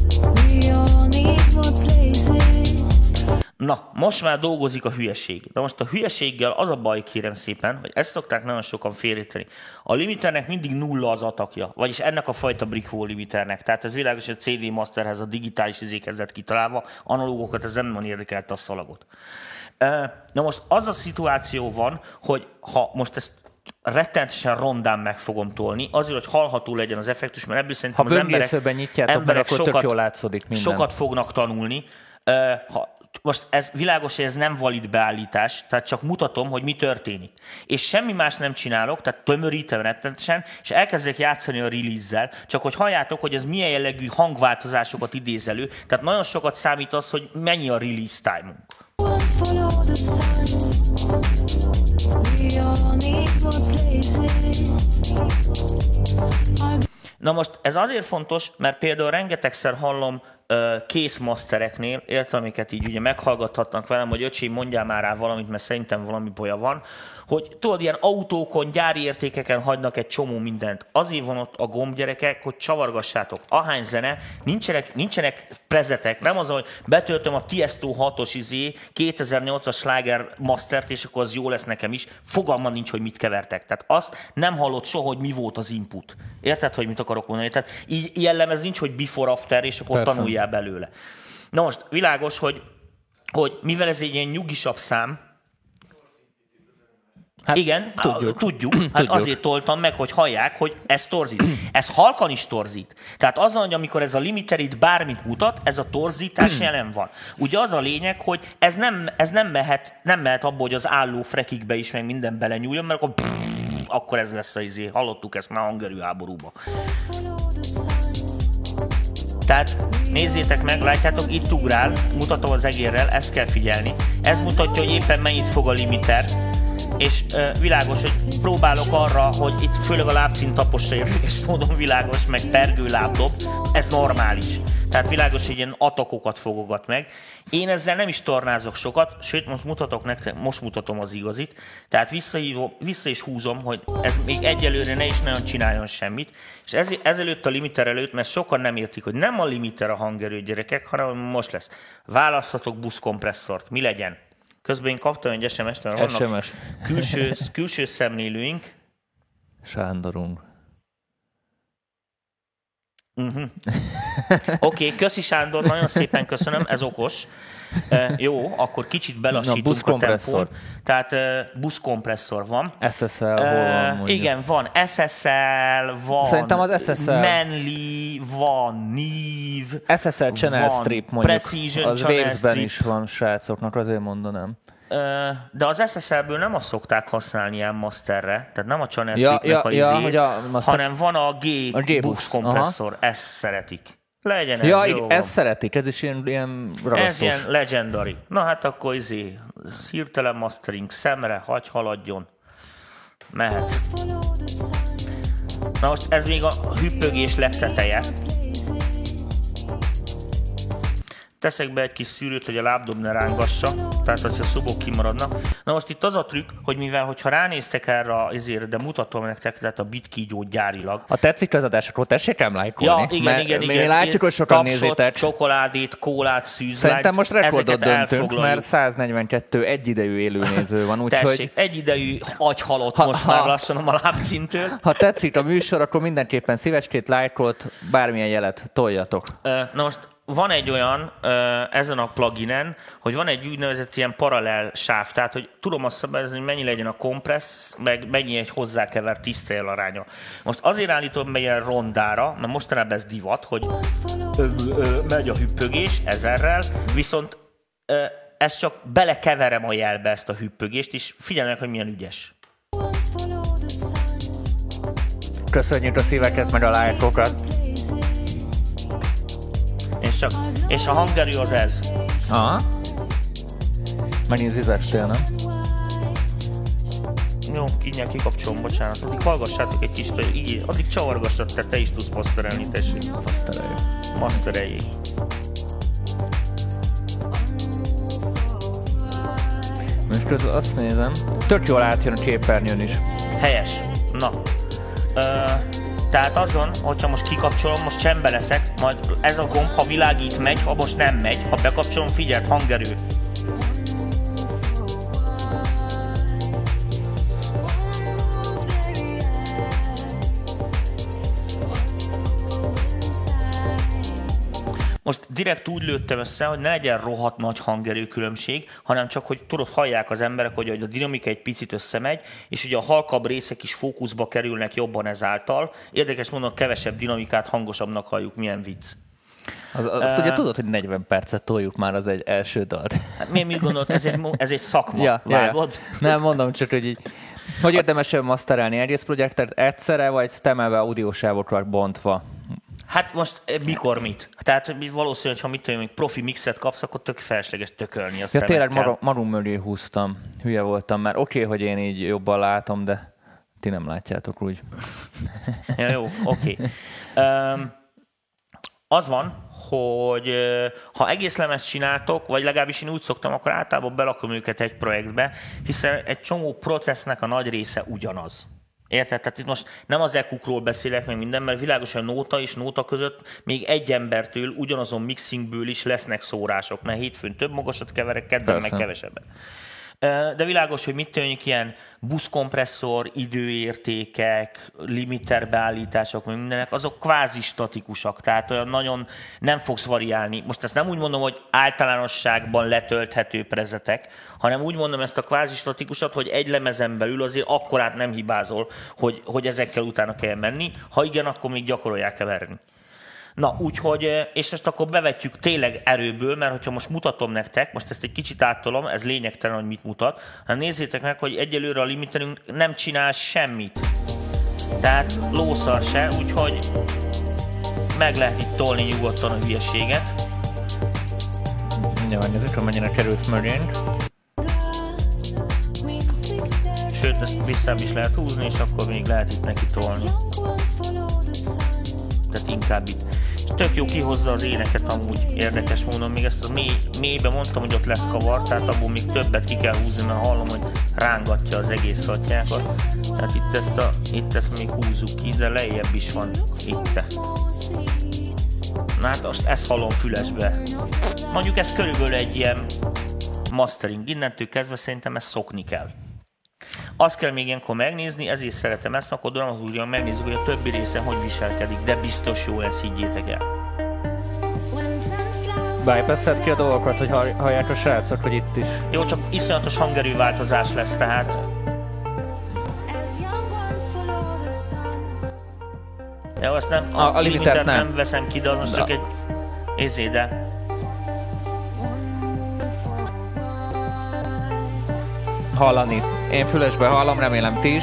Na, most már dolgozik a hülyeség. De most a hülyeséggel az a baj, kérem szépen, hogy ezt szokták nagyon sokan félretenni. A limiternek mindig nulla az atakja, vagyis ennek a fajta Brickwall limiternek. Tehát ez világos, hogy a cé dé Masterhez a digitális izékhez lett kitalálva, analógokat ez nem nagyon érdekelte a szalagot. Na most az a szituáció van, hogy ha most ezt rettenetesen rondán meg fogom tolni, azért, hogy hallható legyen az effektus, mert ebből szerintem ha az emberek, nyitjátok, emberek meg, sokat, jól látszódik minden. sokat fognak tanulni. Ha most ez világos, hogy ez nem valid beállítás, tehát csak mutatom, hogy mi történik. És semmi más nem csinálok, tehát tömörítem rettenetesen, és elkezdek játszani a release-zel, csak hogy halljátok, hogy ez milyen jellegű hangváltozásokat idéz elő, tehát nagyon sokat számít az, hogy mennyi a release time-unk. Na most ez azért fontos, mert például rengetegszer hallom uh, kész mastereknél, értem, amiket így ugye meghallgathatnak velem, hogy öcsém, mondjál már rá valamit, mert szerintem valami baja van, hogy tudod, ilyen autókon, gyári értékeken hagynak egy csomó mindent. Azért van ott a gomb, gyerekek, hogy csavargassátok. Ahány zene, nincsenek, nincsenek prezetek, nem az, hogy betöltöm a Tiesto hatos izé, kétezer-nyolcas sláger mastert, és akkor az jó lesz nekem is. Fogalma nincs, hogy mit kevertek. Tehát azt nem hallott soha, hogy mi volt az input. Érted, hogy mit akarok mondani? Tehát így jellemez nincs, hogy before-after, és akkor Persze. tanuljál belőle. Na most világos, hogy, hogy mivel ez egy ilyen nyugisabb szám, Hát, igen, tudjuk. tudjuk. Hát tudjuk. Azért toltam meg, hogy hallják, hogy ez torzít. Ez halkan is torzít. Tehát az, hogy amikor ez a limiter itt bármit mutat, ez a torzítás jelen van. Ugye az a lényeg, hogy ez nem, ez nem, mehet, nem mehet abba, hogy az álló frekikbe is meg minden belenyúljon, mert akkor, pff, akkor ez lesz az izé. Hallottuk ezt már hangerő háborúba. Tehát nézzétek meg, látjátok, itt ugrál, mutatom az egérrel, ezt kell figyelni. Ez mutatja, hogy éppen mennyit fog a limiter. És uh, világos, hogy próbálok arra, hogy itt főleg a lábcint taposra érdekes módon világos, meg pergő lábdob, ez normális. Tehát világos, hogy ilyen atakokat fogogat meg. Én ezzel nem is tornázok sokat, sőt, most mutatok nektek, most mutatom az igazit. Tehát visszahívom, vissza is húzom, hogy ez még egyelőre ne is nagyon csináljon semmit. És ez, ezelőtt a limiter előtt, mert sokan nem értik, hogy nem a limiter a hangerő, gyerekek, hanem most lesz. Választhatok buszkompresszort, mi legyen? Közben én kaptam egy es em est, mert vannak külső, külső szemlélőink. Sándorunk. Uh-huh. Oké, okay, köszi Sándor, nagyon szépen köszönöm, ez okos. Uh, jó, akkor kicsit belassítunk a tempón. Tehát uh, buszkompresszor van. es es el uh, hol van mondjuk? Igen, van es es el, van Szerintem az es es el. Manly, van Neve, es es el Channel Strip mondjuk. Precision az Waves-ben is van srácoknak, azért mondanám. De az es es el-ből nem azt szokták használni ilyen masterre, tehát nem a Channel Stripnek ja, a ja, izé, ja, master... hanem van a G bus kompresszor, ezt szeretik. Legyen ez, ja, jó ezt szeretik, ez is ilyen, ilyen ragasztós. Ez ilyen legendary. Na hát akkor izé, hirtelen mastering, szemre, hagy haladjon. Mehet. Na most ez még a hüppögés legteteje. Teszek be egy kis szűrőt, hogy a lábdob ne rángassa, tehát hogy a szubok kimaradnak. Na most itt az a trükk, hogy mivel, hogyha ránéztek erre azért, de mutatom nektek, tehát a bitkígyót gyárilag. Ha tetszik az adás, akkor tessék ám lájkolni. Ja, igen, mert igen, mi igen. látjuk, hogy sokan Tapsot, nézitek. csokoládét, kólát, szűzlányt. Szerintem most rekordot döntünk, elfoglaljuk. mert száznevenkét egyidejű élőnéző van, úgyhogy... Tessék, egyidejű agyhalott Ha- most ha- már lassan a lábcintől. Ha tetszik a műsor, akkor mindenképpen szívecskét, lájkot, bármilyen jelet toljatok. Na most van egy olyan ezen a pluginen, hogy van egy úgynevezett ilyen paralel sáv, tehát hogy tudom azt szabályozni, hogy mennyi legyen a kompressz, meg mennyi egy hozzákevert tisztaél aránya. Most azért állítom meg ilyen rondára, mert mostanában ez divat, hogy ö, ö, megy a hüppögés ezerrel, viszont ö, ezt csak belekeverem a jelbe ezt a hüppögést, és figyelj meg, hogy milyen ügyes. Köszönjük a szíveket, meg a lájkokat. És, csak, és a hangerő az ez. Aha. Megint zizestél, nem? Jó, ingyen kikapcsolom, bocsánat. Addig hallgassátok egy kis, így, addig csavargassad, te, te is tudsz masterelni, tessék. Mastereljük. Mastereljék. Most közben azt nézem, tök jól átjön a képernyőn is. Helyes. Na. Ö, tehát azon, hogyha most kikapcsolom, most csendben leszek, majd ez a gomb, ha világít, megy, ha most nem megy, ha bekapcsolom, figyeld, hangerő. Most direkt úgy lőttem össze, hogy ne legyen rohadt nagy hangerő különbség, hanem csak, hogy tudod, hallják az emberek, hogy a dinamika egy picit összemegy, és ugye a halkabb részek is fókuszba kerülnek jobban ezáltal. Érdekes mondom, kevesebb dinamikát hangosabbnak halljuk, milyen vicc. Az, azt uh, ugye tudod, hogy negyven percet toljuk már az egy első dalt. Hát miért mit gondolod? Ez egy, ez egy szakma, ja, vágod? Ja, ja. Nem, mondom csak, hogy így. Hogy érdemes masterelni egész projektet egyszerre, vagy stemelve audiósávokra bontva? Hát most mikor mit? Tehát valószínű, hogy ha mit tudom, profi mixet kapsz, akkor tök felesleges tökölni azt. Ja, tényleg magam, magam mögé húztam. Hülye voltam, mert oké, okay, hogy én így jobban látom, de ti nem látjátok úgy. Ja, jó, oké. Okay. Um, az van, hogy ha egész lemezt csináltok, vagy legalábbis én úgy szoktam, akkor általában belakom őket egy projektbe, hiszen egy csomó processznek a nagy része ugyanaz. Érted? Tehát itt most nem az é kú-król beszélek meg minden, mert világos, hogy nóta és nóta között még egy embertől ugyanazon mixingből is lesznek szórások, mert hétfőn több magasat keverek, kedden meg kevesebbet. De világos, hogy mit tűnik ilyen buszkompresszor, időértékek, limiter beállítások, meg mindenek, azok kvázi statikusak, tehát olyan nagyon nem fogsz variálni. Most ezt nem úgy mondom, hogy általánosságban letölthető prezetek, hanem úgy mondom ezt a kvázi statikusat, hogy egy lemezen belül azért akkorát nem hibázol, hogy, hogy ezekkel utána kell menni. Ha igen, akkor még gyakorolják keverni. Na, úgyhogy, és most akkor bevetjük tényleg erőből, mert hogyha most mutatom nektek, most ezt egy kicsit áttolom, ez lényegtelen, hogy mit mutat, hanem nézzétek meg, hogy egyelőre a limiterünk nem csinál semmit. Tehát lószar se, úgyhogy meg lehet itt tolni nyugodtan a hülyeséget. Mindjárt nézzük, amennyire került mögénk. Sőt, ezt visszább is lehet húzni, és akkor még lehet itt neki tolni. Tehát inkább itt. És tök jó kihozza az éneket amúgy, érdekes módon. Még ezt a mély, mélybe mondtam, hogy ott lesz kavar, tehát abból még többet ki kell húzni, mert hallom, hogy rángatja az egész szattyákat. Tehát itt ezt, a, itt ezt még húzzuk ki, de lejjebb is van itt. Na hát most ezt hallom fülesbe. Mondjuk ez körülbelül egy ilyen mastering. Innentől kezdve szerintem ezt szokni kell. Azt kell még ilyenkor megnézni, ezért szeretem ezt, mert akkor dramaturgiailag megnézzük, hogy a többi része hogy viselkedik, de biztos jó lesz, higgyétek el. Bypasszed ki a dolgokat, hogy hallják a srácok, hogy itt is. Jó, csak iszonyatos hangerőváltozás lesz, tehát... Jó, azt nem, a, a, a limitert nem. nem veszem ki, de az most de. Csak egy... Ézé, de... Hallani. Én fülesbe hallom, remélem ti is.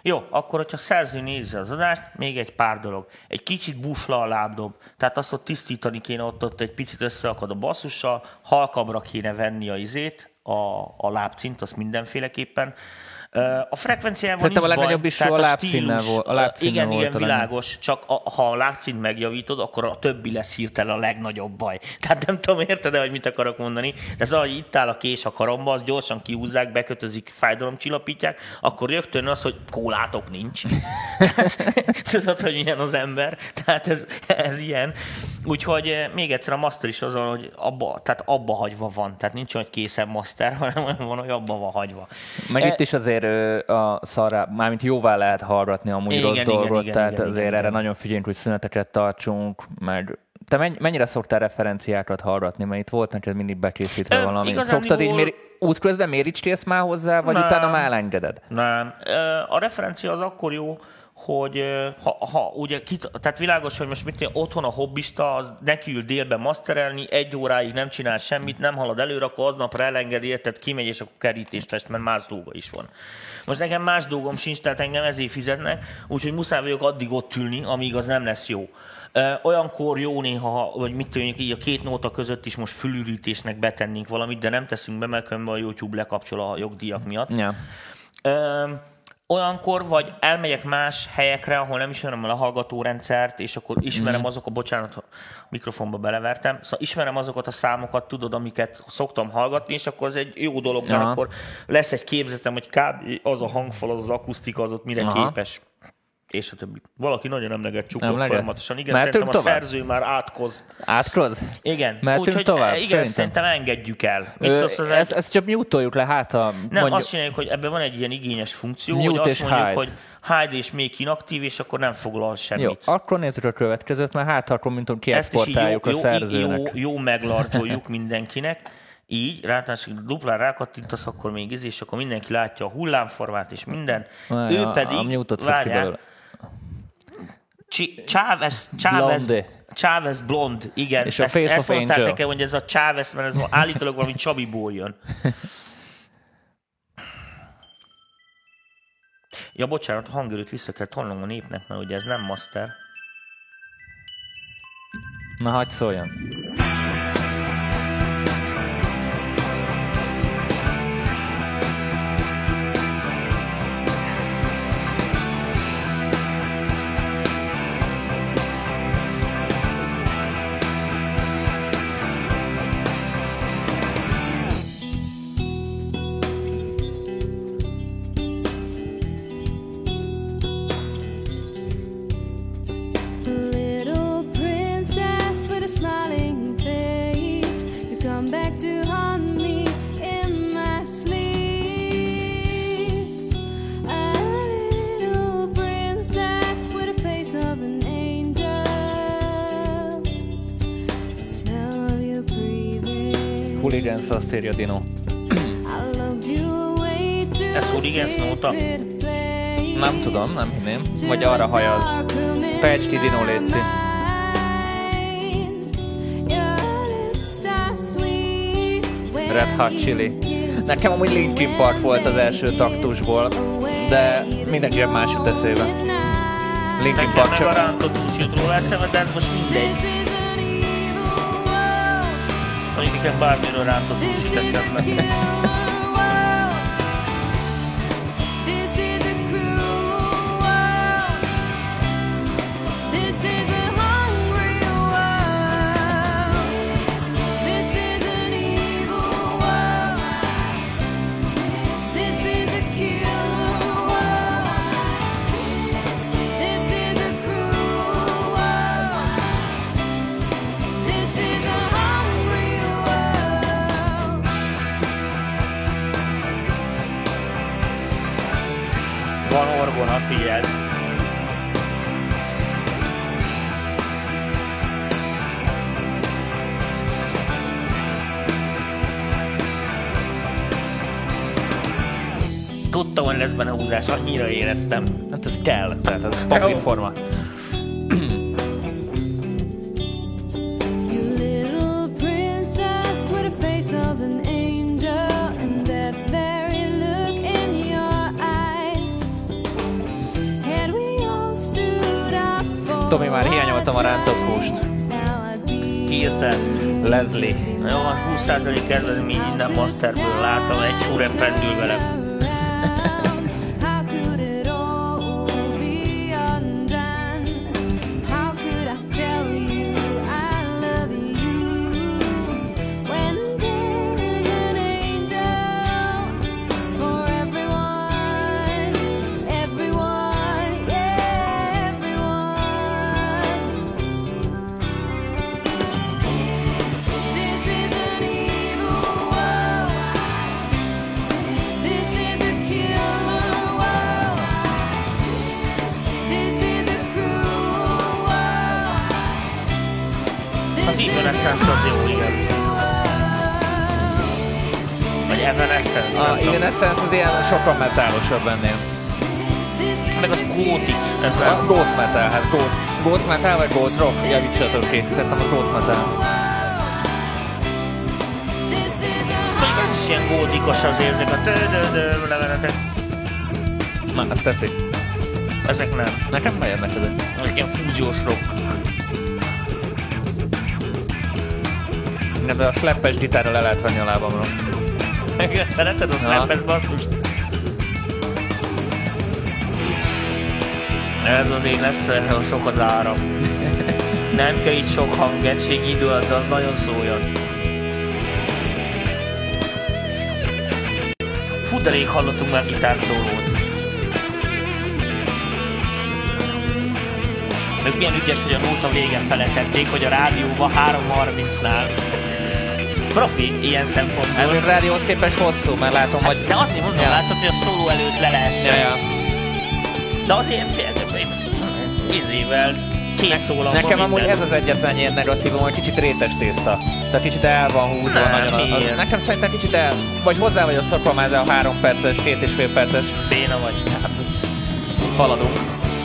Jó, akkor, hogyha szerző nézi az adást, még egy pár dolog. Egy kicsit bufla a lábdob, tehát azt ott tisztítani kéne, ott, ott egy picit összeakad a basszussal, halkabbra kéne venni a izét, a, a lábcint, azt mindenféleképpen. A frekvenciával nincs a legnagyobb baj, is tehát a a lábszínnel stílus, volt- a lábszínnel igen, volt igen, a világos, csak a, ha a lábcint megjavítod, akkor a többi lesz hirtelen a legnagyobb baj. Tehát nem tudom, érted-e, hogy mit akarok mondani, de az, hogy itt áll a kés a karomba, azt gyorsan kihúzzák, bekötözik, fájdalomcsillapítják, akkor rögtön az, hogy kólátok nincs. Tudod, hogy milyen az ember? Tehát ez, ez ilyen. Úgyhogy még egyszer a master is azon, hogy abba, tehát abba hagyva van. Tehát nincs olyan, hogy készen master, hanem olyan van, hogy abba van hagyva. Meg E- itt is azért ö, a szarrá, mármint jóvá lehet hallgatni amúgy Igen, rossz igen, dolgot, igen, tehát igen, azért igen, erre igen. nagyon figyeljünk, hogy szüneteket tartsunk, meg te menny- mennyire szoktál referenciákat hallgatni, mert itt volt neked mindig bekészítve Ö, valami. igazándiból- Szoktad így méri, útközben méricstélsz már hozzá, vagy Nem. utána már elengeded? Nem. A referencia az akkor jó, hogy ha, ha ugye, kit, tehát világos, hogy most mit tenni, otthon a hobbista, az nekiül délben masterelni, egy óráig nem csinál semmit, nem halad előre, akkor aznapra elengedi, érted, kimegy, és akkor kerítést fest, mert más dolga is van. Most nekem más dolgom sincs, tehát engem ezért fizetnek, úgyhogy muszáj vagyok addig ott ülni, amíg az nem lesz jó. Olyankor jó néha, vagy mit tudjuk, így a két nóta között is most fülürítésnek betennénk valamit, de nem teszünk be, mert a YouTube lekapcsol a jogdíjak miatt. Ja. Olyankor, vagy elmegyek más helyekre, ahol nem ismerem a lehallgatórendszert, és akkor ismerem mm. azok a, bocsánat, a mikrofonba belevertem, szóval ismerem azokat a számokat, tudod, amiket szoktam hallgatni, és akkor az egy jó dolog, mert Aha. akkor lesz egy képzetem, hogy kb. Az a hangfal, az az akusztika, az ott mire Aha. képes. És a többi. Valaki nagyon emleget csukott Emleget? folyamatosan. Igen, Mehetünk szerintem a tovább? szerző már átkoz. Átkroz? Igen, Mehetünk úgyhogy tovább, igen, szerintem. szerintem engedjük el. Mit Ö, szólsz az ezt, ezt csak mute-oljuk le, hát ha Nem, mondjuk... azt csináljuk, hogy ebben van egy ilyen igényes funkció, Mute hogy és azt mondjuk, hide. hogy hide és make inaktív, és akkor nem foglal semmit. Jó, akkor nézzük a következőt, mert hát akkor, mint tudom, Ezt is így jó, kiexportáljuk a jó, szerzőnek. jó, jó meglarcsoljuk mindenkinek. Így, ráadásul duplán rákattintasz, akkor még ez, és akkor mindenki látja a hullámformát és minden. Várj, Ő a- pedig, a mute-ot szed ki belőle. Csi- Chávez, Chávez, Blonde. Chávez blond, igen. És a ezt, Face ezt of mondták Angel. nekem, hogy ez a Chávez, mert ez állítólag valami Csabiból jön. Ja, bocsánat, a hangerőt vissza kell tolnom a népnek, mert ugye ez nem master. Na, hagyd szóljon. Little princess with a smiling face, you come back to haunt me in my sleep. A little princess with a face of an angel, the smell of your breathing. Hooligans, azt írja Dino. I loved you away to Ez Hooligans nóta? Nem tudom, nem hinném. Vagy arra hajaz. Fejtsd ki, Dino, létszi. Red Hot Chili. Nekem amúgy Linkin Park volt az első taktusból, de mindenki más jut eszébe. Linkin Nekem Park meg a csak... rántott hús jut róla eszembe, de ez most mindegy. Mondjuk nekem bármiről rántott hús jut eszembe. Van orgona, figyeld. Tudtam, hogy lesz benne húzás, annyira éreztem. Hát ez kell, tehát ez papírforma. You little princess with a face of an angel, and that very look in your eyes Tomi, már hiányoltam a rántott húst. Ki írta ezt? Leslie. Jó van, húsz százalék kedvezmény innen Masterből látom, egy fúren pendül velem. How could it all be undone? How could I tell you I love you when there's an angel for everyone, everyone, yeah, everyone. This is an evil world. This is a killer world. This is a cruel world. Az Evanescence az jó, igen. Vagy Evanescence, A nem tudom. Evanescence az ilyen sokkal metálosabb ennél. Meg az gótik. Ez A nem. goat metal, hát goat, goat metal vagy goat rock? Javítsatok ki, szerintem a goat metal. Mondjuk ez is ilyen gótikos azért, ezek a tö-dö-dö levenetek. Na, ez tetszik. Ezek nem. Nekem bejönnek ezek. Ezek ilyen fúziós rock. Nem, de a slappes gitárra le lehet venni a lábamról. Igen, szereted a slappes basszust? Ez azért lesz, ha sok az áram. Nem kell itt sok hangettség idő alatt, de az nagyon szóljon. Fú, de rég hallottunk már gitárszólót. Meg milyen ügyes, hogy a nóta vége fele tették, hogy a rádióban három harmincnál. Profi, ilyen szempontból. Elvin rádióhoz képest hosszú, mert látom, hogy... De azért mondom, Ja. látod, hogy a szóló előtt le lehessen. Ja, ja. De azért fél, izével, két szólamban Nekem amúgy minden. ez az egyetlen ilyen negatívum, hogy kicsit rétes tészta. Tehát kicsit el van húzva Nem, nagyon. Az, miért? nekem szerintem kicsit el... Vagy hozzá vagy a szokva már ez a három perces, két és fél perces. Béna vagy. Hát ez... Haladunk.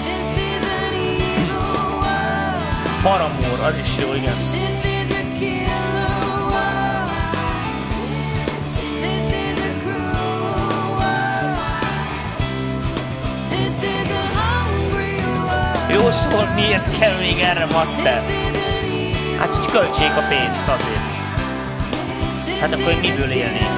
Paramore, az is jó, igen. This is a killer world. This is a cruel world. This is a hungry world. Jó szól, miért kell még erre master? This is an evil Hát így költsék a pénzt azért. Hát akkor én miből élnék?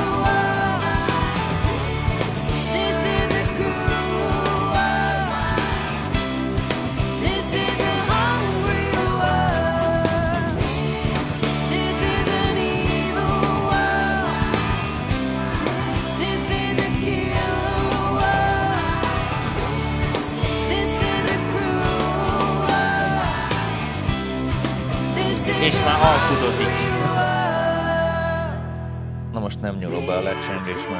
This is a cruel world. This is a hungry world. This is an evil world. This is a killer world. This is a cruel world. This is És már alkudozik. Na most nem nyúlok be a lecsengés, mert...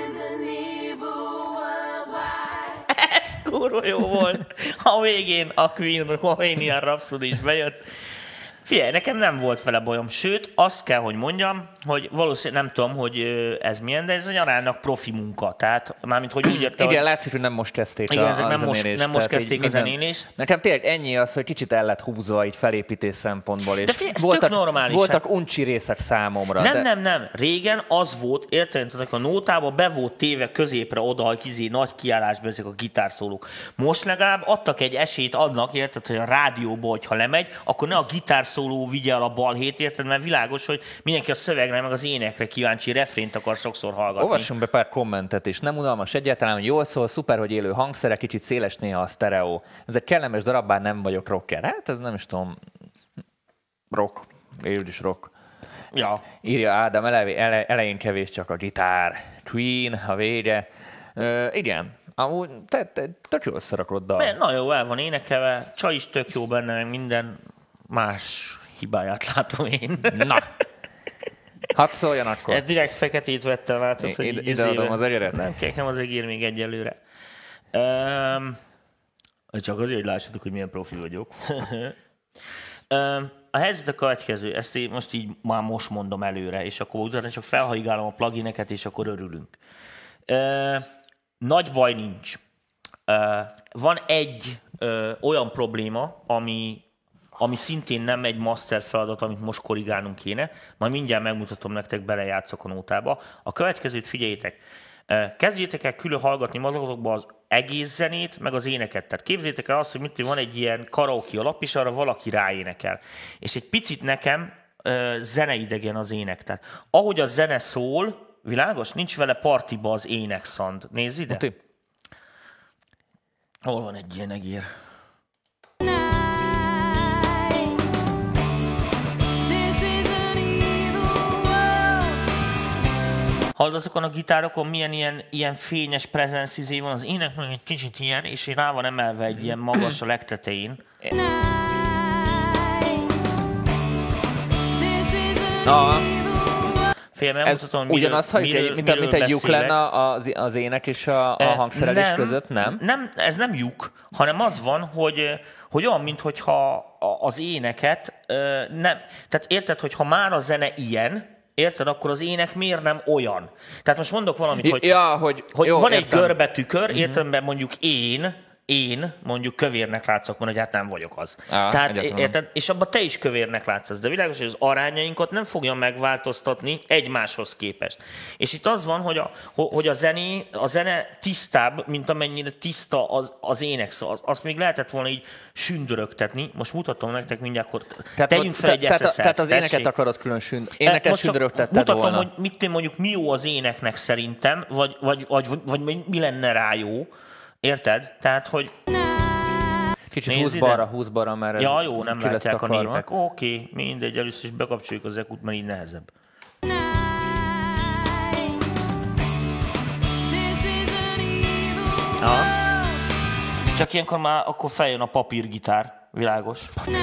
Ez kurva jó volt. A végén a Queen Bohemian Rhapsody is bejött. Figyelj, nekem nem volt vele bajom, sőt, azt kell, hogy mondjam, hogy valószínűleg nem tudom, hogy ö, ez milyen, de ez a nyarának profi munka. Tehát mármint, hogy úgy érte, Igen, hogy... látszik, hogy nem most kezdték Igen, a, ezek a nem most- zenélést, nem most tehát így kezdték a zenélést. Nekem tényleg ennyi az, hogy kicsit el lett húzva így felépítés szempontból, és De figyelj, ez voltak, tök normális, voltak hát. uncsi részek számomra. Nem, de... nem, nem. Régen az volt, érted, a nótába be volt téve középre oda, hogy kizé nagy kiállásba ezek a gitárszólók. Most legalább adtak egy esélyt annak, érted, hogy a rádióba, hogyha lemegy, akkor ne a gitárszóló vigye el a balhét, érted, mert világos, hogy mindenki a szövegre, meg az énekre kíváncsi, refrént akar sokszor hallgatni. Olvassunk be pár kommentet is. Nem unalmas egyáltalán, hogy jól szól, szuper, hogy élő hangszere, kicsit széles néha a sztereó. Ez egy kellemes darab, bár nem vagyok rocker. Hát ez nem is tudom, rock, végül is rock. Ja. Írja Ádám, ele- ele- elején kevés csak a gitár. Queen, a vége. Ö, igen, amúgy te, te tök jól összerakott dal. De nagyon jó el van énekelve, csaj is tök jó benne, meg minden más hibáját látom én. Na, hadd szóljon akkor. Hát direkt feketét vettem, látod, I- hogy ide- így ide adom izébe- az egeret? Nem kell nekem az egér még egyelőre. Um, csak azért, hogy lássatok, hogy milyen profi vagyok. um, a helyzet a következő, ezt én most így már most mondom előre, és akkor utána csak felhajigálom a plugineket, és akkor örülünk. Uh, nagy baj nincs. Uh, van egy uh, olyan probléma, ami ami szintén nem egy master feladat, amit most korrigálnunk kéne. Majd mindjárt megmutatom nektek, belejátszok a nótába. A következőt figyeljétek. Kezdjétek el külön hallgatni magatokba az egész zenét, meg az éneket. Tehát képzeljétek el azt, hogy mit van egy ilyen karaoke alap, és arra valaki ráénekel. És egy picit nekem zeneidegen az ének. Tehát ahogy a zene szól, világos? Nincs vele partiba az énekszand. Nézd ide. Muti. Hol van egy ilyen egér? Hallod, azokon a gitárokon milyen ilyen, ilyen fényes presence izé van, az ének meg egy kicsit ilyen, és rá van emelve egy ilyen magas a legtetején. Ah. Féljem, elmutatom, miről, ugyanaz, hogy miről, egy, mint, miről mint egy lyuk lenne az, az ének és a, a hangszerelés nem, között, nem? Nem, ez nem lyuk, hanem az van, hogy, hogy olyan, mintha az éneket nem... Tehát érted, hogy ha már a zene ilyen, érted, akkor az ének miért nem olyan? Tehát most mondok valamit, hogy, ja, hogy, hogy jó, van értem. egy görbetükör, uh-huh. értem, mert mondjuk én, én mondjuk kövérnek látszok, hogy hát nem vagyok az. Á, Tehát, érted, és abban te is kövérnek látszasz, de világos, hogy az arányainkat nem fogja megváltoztatni egymáshoz képest. És itt az van, hogy a, hogy a, zené, a zene tisztább, mint amennyire tiszta az, az ének. Az, azt még lehetett volna így sündörögtetni. Most mutatom nektek mindjárt, akkor tehát, tegyünk fel egy eszeszert. Tehát az éneket tessék. Akarod külön sünd, éneket sündörögtetted mutatom, volna. Hogy mit mondjuk mi jó az éneknek szerintem, vagy, vagy, vagy, vagy, vagy mi lenne rá jó. Érted? Tehát, hogy... Kicsit húsz balra, húsz balra, mert ez ja, jó, nem látják a népek. Oké, okay, mindegy, először is bekapcsoljuk az ekut, mert így nehezebb. Aha. Csak ilyenkor már akkor feljön a papírgitár, világos.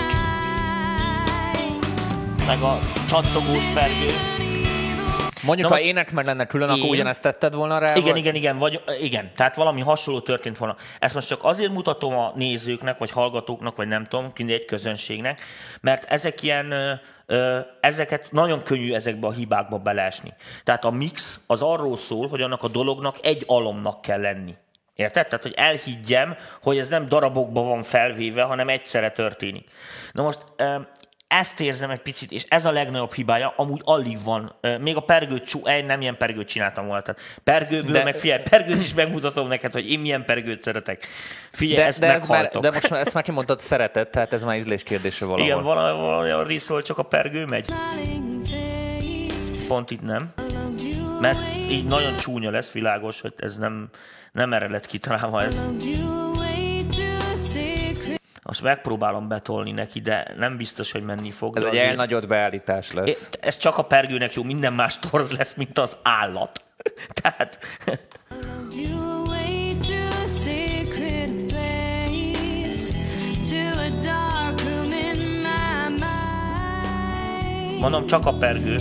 Meg a csattogós pergő. Mondjuk, na ha ének meg lenne külön, én... akkor ugyanezt tetted volna rá? Igen, vagy? igen, igen, vagy, igen. Tehát valami hasonló történt volna. Ezt most csak azért mutatom a nézőknek, vagy hallgatóknak, vagy nem tudom, mindegy közönségnek, mert ezek ilyen, ö, ezeket nagyon könnyű ezekbe a hibákba beleesni. Tehát a mix az arról szól, hogy annak a dolognak egy alomnak kell lenni. Érted? Tehát, hogy elhiggyem, hogy ez nem darabokban van felvéve, hanem egyszerre történik. Na most... Ö, ezt érzem egy picit, és ez a legnagyobb hibája, amúgy alig van. Még a pergőt, én nem ilyen pergőt csináltam volna. Tehát pergőből, de, meg figyelj, pergőt is megmutatom neked, hogy én milyen pergőt szeretek. Figyelj, de, ezt de meghaltok. Ez már, de most ezt már kimondtad, szereted, tehát ez már ízlés kérdése valahol. Igen, valami a részről csak a pergő megy. Pont itt nem. Mert ez így nagyon csúnya lesz, világos, hogy ez nem, nem erre lett kitalálva ez. Most megpróbálom betolni neki, de nem biztos, hogy menni fog. Ez egy azért... elnagyolt beállítás lesz. Ez csak a pergőnek jó, minden más torz lesz, mint az állat. Tehát... Mondom, csak a pergő.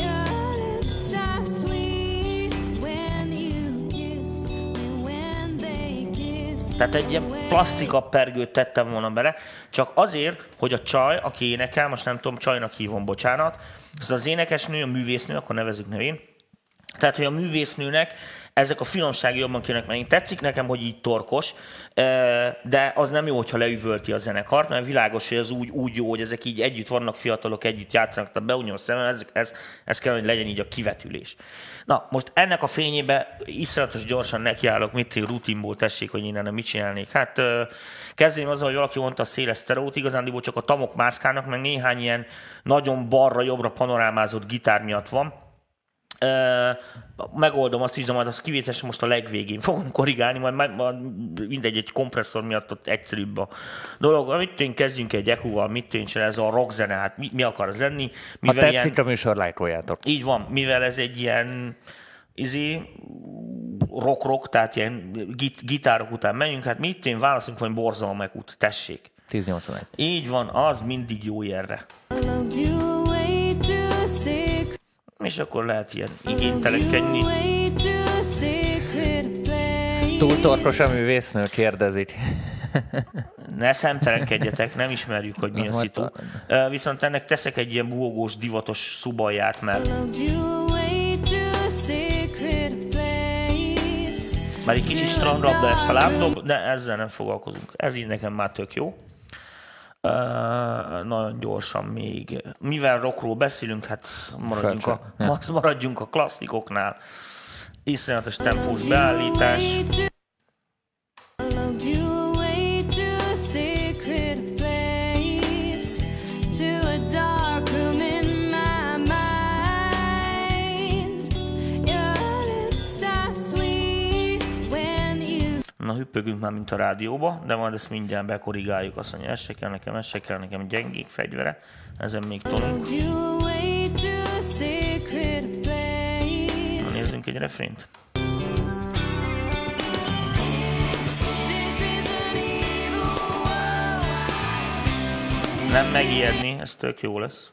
Tehát egy ilyen plastika pergőt tettem volna bele, csak azért, hogy a csaj, aki énekel, most nem tudom, csajnak hívom, bocsánat, az az énekesnő, a művésznő, akkor nevezzük nevén, tehát, hogy a művésznőnek ezek a finomsági jobban kijönnek, mert én tetszik nekem, hogy így torkos, de az nem jó, hogyha leüvölti a zenekart, mert világos, hogy az úgy, úgy jó, hogy ezek így együtt vannak, fiatalok együtt játszanak, tehát beunjom a szemem, ez, ez, ez kell, hogy legyen így a kivetülés. Na, most ennek a fényébe iszonyatos gyorsan nekiállok, mit én rutinból tessék, hogy innen mit csinálnék. Hát kezdeném azzal, hogy valaki mondta a széles sztereót, igazándiból csak a tamok mászkálnak, meg néhány ilyen nagyon balra-jobbra panorámázott gitár miatt van. Uh, megoldom azt is, de majd azt kivételesen most a legvégén fogom korrigálni, majd, majd mindegy, egy kompresszor miatt ott egyszerűbb a dolog. Mit én kezdjünk egy ekúval, mit én ez a rockzene, hát mi, mi akar az lenni? Ha tetszik ilyen, a műsor, lájkoljátok. Így van, mivel ez egy ilyen izi, rock-rock, tehát ilyen git, gitárok után menjünk, hát mit én válaszunk, vagy borzalmak út, tessék. tíz nyolcvanegy. Így van, az mindig jó érre. És akkor lehet ilyen igénytelenkedni. Túl torkos a művésznő, kérdezik. Ne szemtelenkedjetek, nem ismerjük, hogy mi a szitu. A... Viszont ennek teszek egy ilyen búgós, divatos szubalját, mert... Már egy kicsit strandrabb, de ezt a lábdob, de ezzel nem foglalkozunk. Ez így nekem már tök jó. Uh, nagyon gyorsan még. Mivel rockról beszélünk, hát maradjunk a, maradjunk a klasszikoknál. iszonyatos tempós beállítás. Na, hüppögünk már, mint a rádióba, de majd ezt mindjárt bekorrigáljuk. Azt mondja, ez se kell nekem, ez se kell nekem, gyengék fegyvere. Ezen még tolunk. Na, nézzünk egy refrént. Nem megijedni, ez tök jó lesz.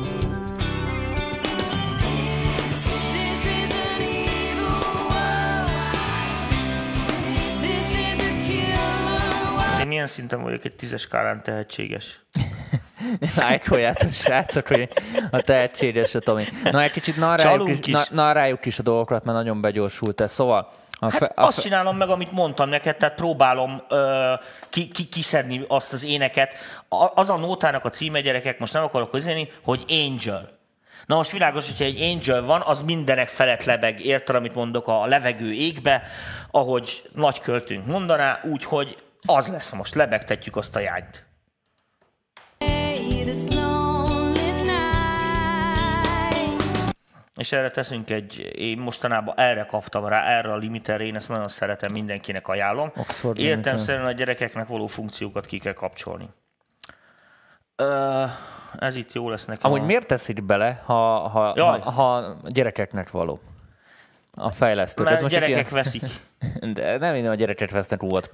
Én milyen szinten vagyok egy tízes skálán tehetséges? Lájkoljátok, srácok, hogy a tehetséges a Tomi. Na, egy kicsit narráljuk is, is. Na, narráljuk is a dolgokat, mert nagyon begyorsult ez. Szóval... A hát fe, a azt fe... csinálom meg, amit mondtam neked, tehát próbálom ö, ki, ki, kiszedni azt az éneket. A, az a nótának a címe, gyerekek, most nem akarok közélni, hogy Angel. Na most világos, hogyha egy Angel van, az mindenek felett lebeg. Érted, amit mondok, a levegő égbe, ahogy nagy költőnk mondaná, úgyhogy az lesz most, lebegtetjük azt a jányt. És erre teszünk egy, én mostanában erre kaptam rá, erre a limiterre, én ezt nagyon szeretem, mindenkinek ajánlom. Értelemszerűen a gyerekeknek való funkciókat ki kell kapcsolni. Ö, ez itt jó lesz nekem. Amúgy a... miért teszik bele, ha, ha, ha, ha gyerekeknek való? A fejlesztők. Mert ez most gyerekek ilyen... veszik. De nem minden a gyerekek vesznek volt.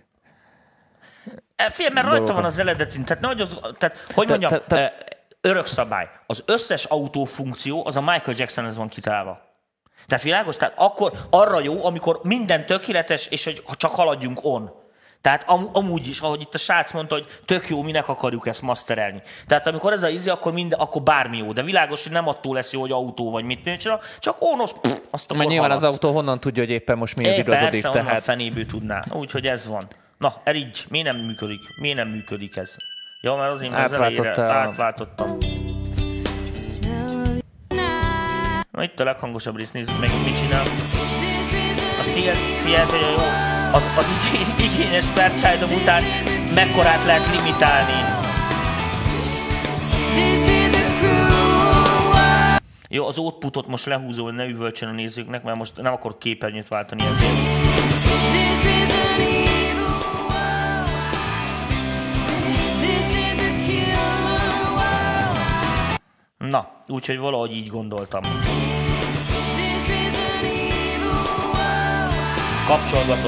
Fél, mert rajta van az eredetin, tehát, nagy az, tehát hogy mondjam, te, te, te... örök szabály. Az összes autófunkció az a Michael Jacksonhez van kitálva. Tehát világos? Tehát akkor arra jó, amikor minden tökéletes, és hogy csak haladjunk on. Tehát am, amúgy is, ahogy itt a srác mondta, hogy tök jó, minek akarjuk ezt masterelni. Tehát amikor ez a ízi, akkor, minden, akkor bármi jó. De világos, hogy nem attól lesz jó, hogy autó vagy mit csinál, csak onos, pff, azt akkor mert nyilván haladsz. Az autó honnan tudja, hogy éppen most mi az é, igazodik. Persze, tehát... onnan fenéből tudná. Úgyhogy ez van. Na, erigy, miért nem működik? Miért nem működik ez? Ja, mert azért az elejére átváltottam. Na, itt a leghangosabb rész, nézzük meg, mit csinál. Azt figyeld, hogy jó, az, az igényes Fairchild után mekkorát lehet limitálni. Jó, az outputot most lehúzom, hogy ne üvöltsön a nézőknek, mert most nem akarok képernyőt váltani ezért. Na, úgyhogy valahogy így gondoltam. Kapcsolgatok.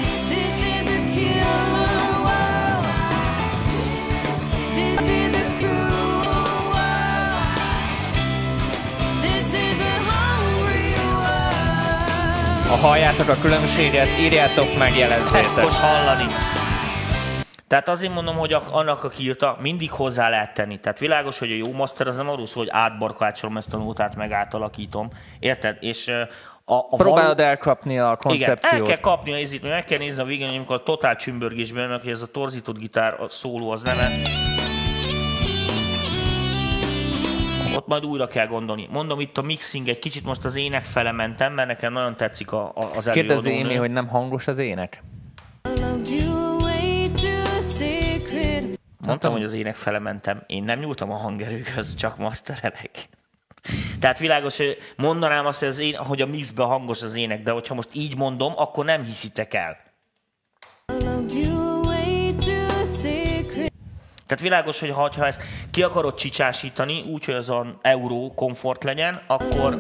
Ha halljátok a különbséget, írjátok meg, jelezzétek. Ezt most hallani. Tehát azért mondom, hogy annak, aki írta, mindig hozzá lehet tenni. Tehát világos, hogy a jó master az nem arról szól, hogy átbarkácsolom ezt a nótát, meg átalakítom. Érted? És a, a próbálod való... elkapni a koncepciót. Igen, el kell kapni a ízét, meg kell nézni a végén, amikor a totál csümbörgésben, mert ez a torzított gitár, a szóló az nem. Ott majd újra kell gondolni. Mondom, itt a mixing egy kicsit most az ének fele mentem, mert nekem nagyon tetszik a, a, az előadónő. Kérdezi Émi, hogy nem hangos az ének? Mondtam, hogy az ének fele mentem. Én nem nyúltam a hangerőkhöz, csak masterelek. Tehát világos, hogy mondanám azt, hogy, az én, hogy a mixben hangos az ének, de hogyha most így mondom, akkor nem hiszitek el. Tehát világos, hogy ha ezt ki akarod csicsásítani, úgy, hogy az a euró komfort legyen, akkor...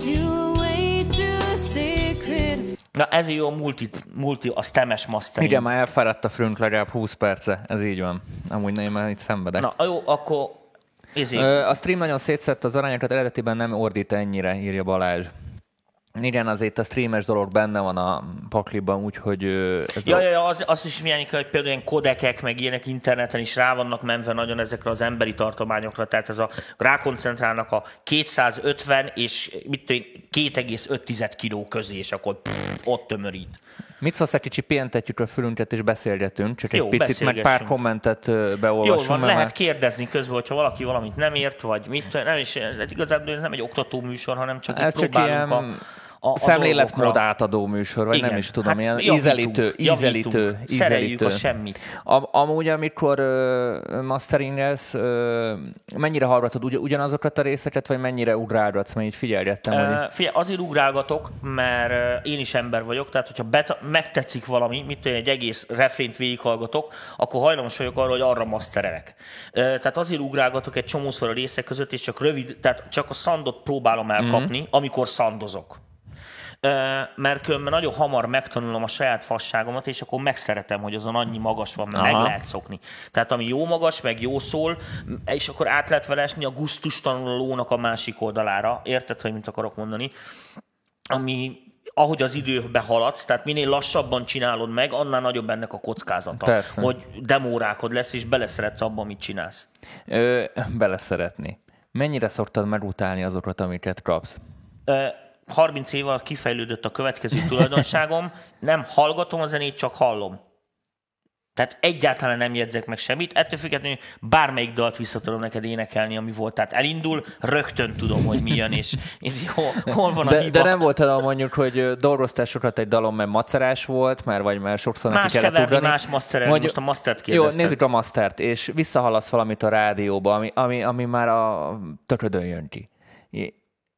Na ezért jó a multi, multi a stemes mastering. Igen, már elfáradt a frünk legalább húsz perce, ez így van. Amúgy nem, már itt szenvedek. Na jó, akkor... Ö, a stream nagyon szétszedte az arányokat, eredetiben nem ordít ennyire, írja Balázs. Igen, azért a streames dolog benne van a pakliban, úgyhogy... Ez ja, a... ja, ja, az, azt is figyelni kell, hogy például ilyen kodekek, meg ilyenek interneten is rá vannak menve nagyon ezekre az emberi tartományokra, tehát ez a rákoncentrálnak a kétszázötven és mit tudom, két egész öt kiló közé, és akkor pff, ott tömörít. Mit szólsz, egy kicsi pihentetjük a fülünket és beszélgetünk, csak egy Jó, picit, meg pár kommentet beolvasunk. Jó van, mert... lehet kérdezni közben, hogyha valaki valamit nem ért, vagy mit, nem is, igazából ez nem egy oktató műsor, hanem csak ez itt próbálunk ilyen... a, a szemléletmód dolgokra. átadó műsor, vagy Igen, nem is tudom, hát ilyen javítunk, ízelítő, javítunk, ízelítő, szereljük ízelítő. a semmit. Am- amúgy, amikor uh, masteringelsz, uh, mennyire hallgatod ugy- ugyanazokat a részeket, vagy mennyire ugrálgatsz, mert így figyelgettem, hogy... Uh, figyelj, azért ugrálgatok, mert uh, én is ember vagyok, tehát hogyha beta- megtetszik valami, mit tudom, egy egész refrént végighallgatok, akkor hajlamos vagyok arra, hogy arra masterelek. Uh, tehát azért ugrálgatok egy csomószor a részek között, és csak rövid, tehát csak a szandot próbálom elkapni, mm-hmm. amikor szandozok. Uh, mert különben nagyon hamar megtanulom a saját fasságomat, és akkor megszeretem, hogy azon annyi magas van, mert meg lehet szokni. Tehát ami jó magas, meg jó szól, és akkor át lehet vele esni a gusztustalanul a lónak a másik oldalára. Érted, hogy mit akarok mondani? Ami, ahogy az időbe haladsz, tehát minél lassabban csinálod meg, annál nagyobb ennek a kockázata. Persze. Hogy demórákod lesz, és beleszeretsz abban, mit csinálsz. Ö, beleszeretni. Mennyire szoktad megutálni azokat, amiket kapsz? Uh, harminc év alatt kifejlődött a következő tulajdonságom, nem hallgatom a zenét, csak hallom. Tehát egyáltalán nem jegyzek meg semmit, ettől függetlenül bármelyik dalt vissza tudom neked énekelni, ami volt. Tehát elindul, rögtön tudom, hogy mi jön, és, és hol, hol van a de, hiba. de nem volt olyan mondjuk, hogy dolgoztál sokat egy dalon, mert macerás volt, mert vagy mert sokszor neki Más kellett keverni, ugrani. más masterelni, Mondjuk- most a mastert Jó, kérdezted. nézzük a mastert, és visszahallasz valamit a rádióba, ami, ami, ami már a töködön jön ki. I-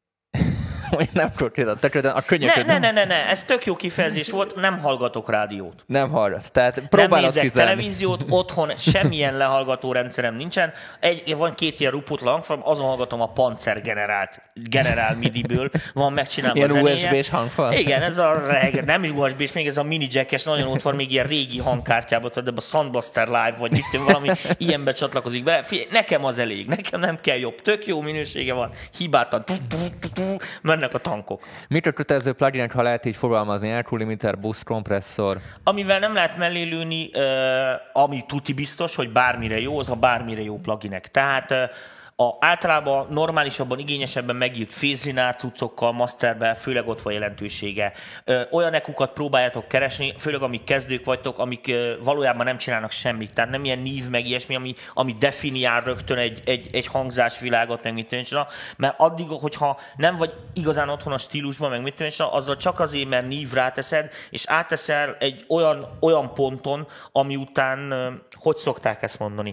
Mondjuk nem töködön, a töködön, a Ne, könyököd ne, ne, ne, ne, ez tök jó kifejezés volt, nem hallgatok rádiót. nem hallgatsz. Tehát Nem próbálod nézek kizárni. televíziót, otthon semmilyen lehallgató rendszerem nincsen. Egy, van két ilyen ruputla hangfal, azon hallgatom a Panzer generált, generál midiből, van megcsinálva Ilyen a zenéje. u es bé-s hangfal? Igen, ez a reg, nem is u es bé-s, még ez a mini jackes, nagyon ott van még ilyen régi hangkártyában, tehát a Soundblaster Live, vagy itt valami ilyenbe csatlakozik be. Figyelj, nekem az elég, nekem nem kell jobb, tök jó minősége van, hibátlan, mennek a tankok. Mit kötelező pluginek, ha lehet így fogalmazni? Air limiter, boost, kompresszor. Amivel nem lehet mellé lőni, ami tuti biztos, hogy bármire jó, az a bármire jó pluginek. Tehát a, általában normálisabban, igényesebben megírt fézlinár cuccokkal, masterben, főleg ott van jelentősége. Olyan ekukat próbáljátok keresni, főleg amik kezdők vagytok, amik valójában nem csinálnak semmit. Tehát nem ilyen nív meg ilyesmi, ami, ami definiál rögtön egy, egy, egy hangzásvilágot, meg mit tűncsen. Mert addig, hogyha nem vagy igazán otthon a stílusban, meg mit tűncsen, azzal csak azért, mert nív ráteszed, és áteszel egy olyan, olyan ponton, ami után, hogy szokták ezt mondani,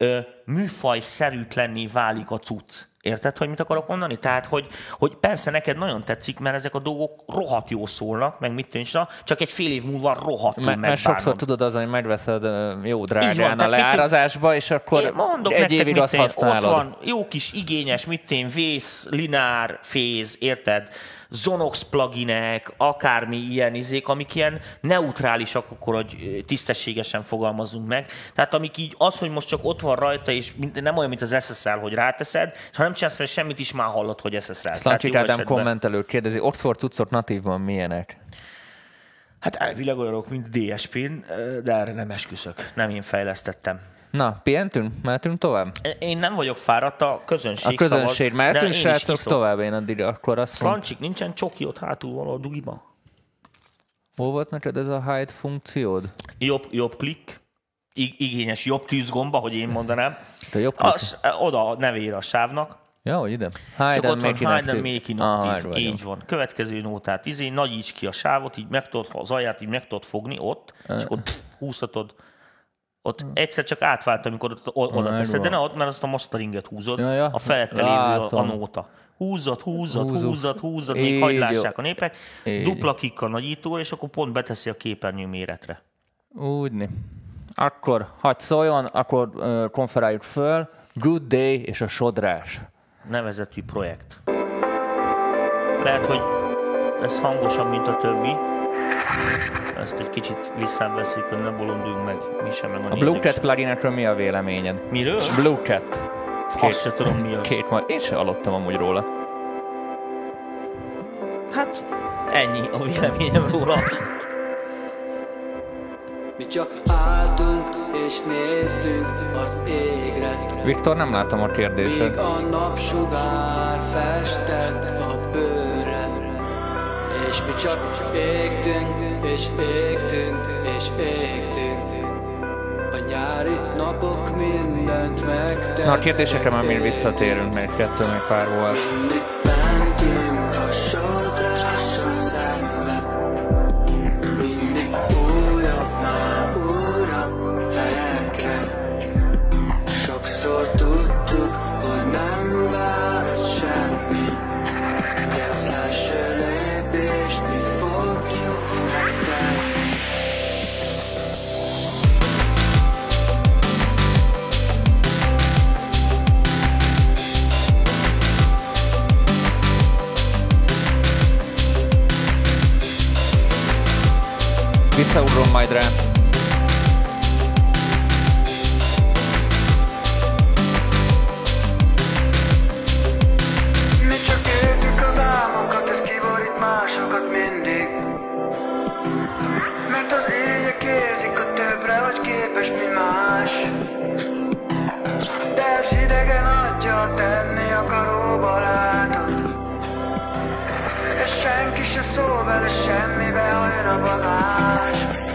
műfajszerűtlenné válik a cucc. Érted, hogy mit akarok mondani? Tehát, hogy, hogy persze neked nagyon tetszik, mert ezek a dolgok rohadt jól szólnak, meg mit tűncs, csak egy fél év múlva rohadtul Mert megbánod. sokszor tudod az, hogy megveszed ö, jó Így drágán van, a tehát leárazásba, és akkor Én mondok egy nektek, évig mit azt én, használod. ott van jó kis igényes, mit én, vész, linár, féz, érted? Zonox pluginek, akármi ilyen izék, amik ilyen neutrálisak, akkor, hogy tisztességesen fogalmazunk meg. Tehát amik így az, hogy most csak ott van rajta, és nem olyan, mint az es es el, hogy ráteszed, és ha nem csinálsz fel semmit is, már hallod, hogy es es el. Szlancsik Ádám kommentelő kérdezi, Oxford cuccok natívban milyenek? Hát elvileg olyanok, mint dé es pén, de erre nem esküszök. Nem én fejlesztettem. Na, pihentünk? Mehetünk tovább? Én nem vagyok fáradt, a közönség A közönség. szavaz, de Mehetünk, én is srácok, iszom. tovább? Én addig akkor azt mondom. Szlancsik, nincsen csoki ott hátul valahol a dugiba? Hol volt neked ez a hide funkciód? Jobb, jobb klik, ig- igényes jobb tűzgomba, hogy én mondanám. Te jobb Az, oda a nevére a sávnak. Ja, hogy ide? Csak Hide ott and van make hide and inactive. make Ah, inactive. hide vagyunk. Így van. Következő nótát, izé, nagyíts ki a sávot, így meg tudod, az alját így meg tudod fogni ott, és akkor pff, húzhatod. Ott egyszer csak átvált, amikor ott, o- oda teszed, de ne ott, mert azt a masteringet húzod, Ja, ja. a felette lévő a, a Látom. nóta. Húzzad, húzzad, Húzzuk. húzzad, húzzad, Így még hagyd lássák jó. a népek. Így. Dupla kikk a nagyítóra, és akkor pont beteszi a képernyő méretre. Úgyni. Akkor hadd szóljon, akkor uh, konferáljuk föl. Good Day és a sodrás. Nevezetű projekt. Lehet, hogy ez hangosabb, mint a többi. Ezt egy kicsit visszaveszik, hogy ne bolonduljunk meg mi sem, meg a, A nézők Blue Cat sem. pluginekről mi a véleményed? Miről? Blue Cat. Azt se tudom, mi az. Két ma, én se hallottam amúgy róla. Hát ennyi a véleményem róla. Mi csak álltunk és néztünk az égre, Viktor, nem látom a kérdésed. míg a napsugár festett a bőre. És mi csak égtünk, és égtünk, és égtünk. A nyári napok mindent megtettek. Na, a kérdésekre már még visszatérünk, mert kettő még pár volt. Mindig mentünk a sodráson Visszaugrom majd rá. Mi csak éltük az álmokat, ez kiborít másokat mindig. Mert az irigyek érzik, a többre vagy képes, mi más. De ez hidegen adja, tenni akaróba látod. És senki se szól vele semmibe, ha jön a bagás.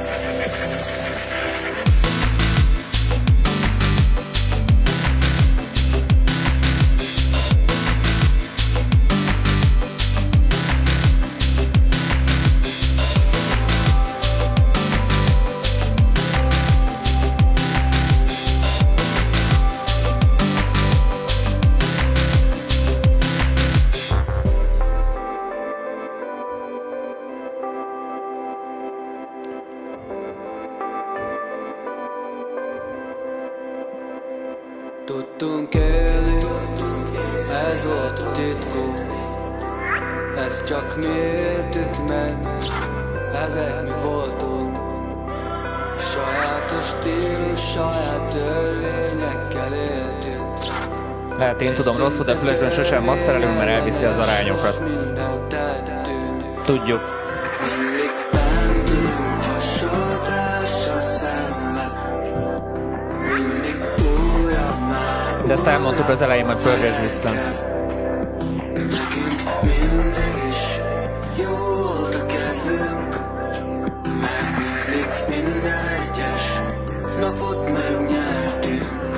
Tudtunk élni, ez volt a titkunk. Ezt csak mi éltük meg, ezek mi voltunk. Sajátos stílus, saját törvényekkel éltünk. Lehet én tudom rosszul, de Flashben sosem maszerelünk, mert elviszi az arányokat. Mindent tettünk, Tudjuk. mindig mentünk, ha sodrással szembe. Mindig újabb már. De ezt elmondtuk az elején, majd pörgesd vissza. Nekünk mindig is jó volt a kedvünk, meg mindig minden egyes napot megnyertünk.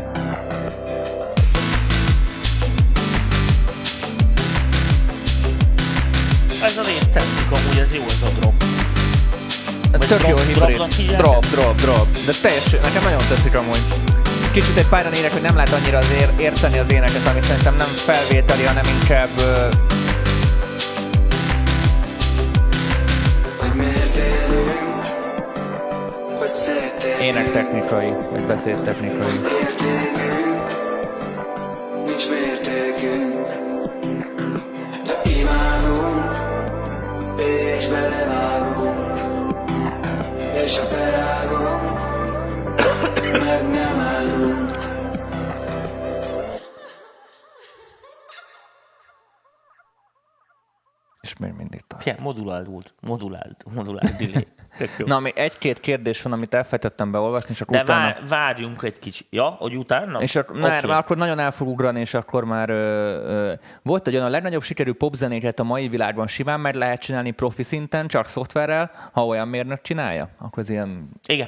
Ez a rész tetszik amúgy, ez jó ez a drop. Vagy Tök jó drop- hibrid. dropnak hívják Drop, ezt? drop, drop. De teljesen, nekem nagyon tetszik amúgy. Kicsit egy pályán érek, hogy nem lehet annyira az ér, érteni az éneket, ami szerintem nem felvételi, hanem inkább ö, Hogy miért élünk, vagy szétélünk, énektechnikai, vagy beszédtechnikai. értékünk, nincs mértékünk. De imádunk, és belevágunk, és a berágunk, meg nem állunk. És még mindig tart. Fie, modulált volt. Modulált, modulált delay. Tök jó. Na, még egy-két kérdés van, amit elfelejtettem beolvasni, és akkor De utána... vár, várjunk egy kicsit. Ja, hogy utána? És akkor, Oké. már, már akkor nagyon el fog ugrani, és akkor már ö, ö, volt egy olyan, a legnagyobb sikerű popzenéket a mai világban simán meg lehet csinálni profi szinten, csak szoftverrel, ha olyan mérnök csinálja. Akkor ez ilyen... Igen.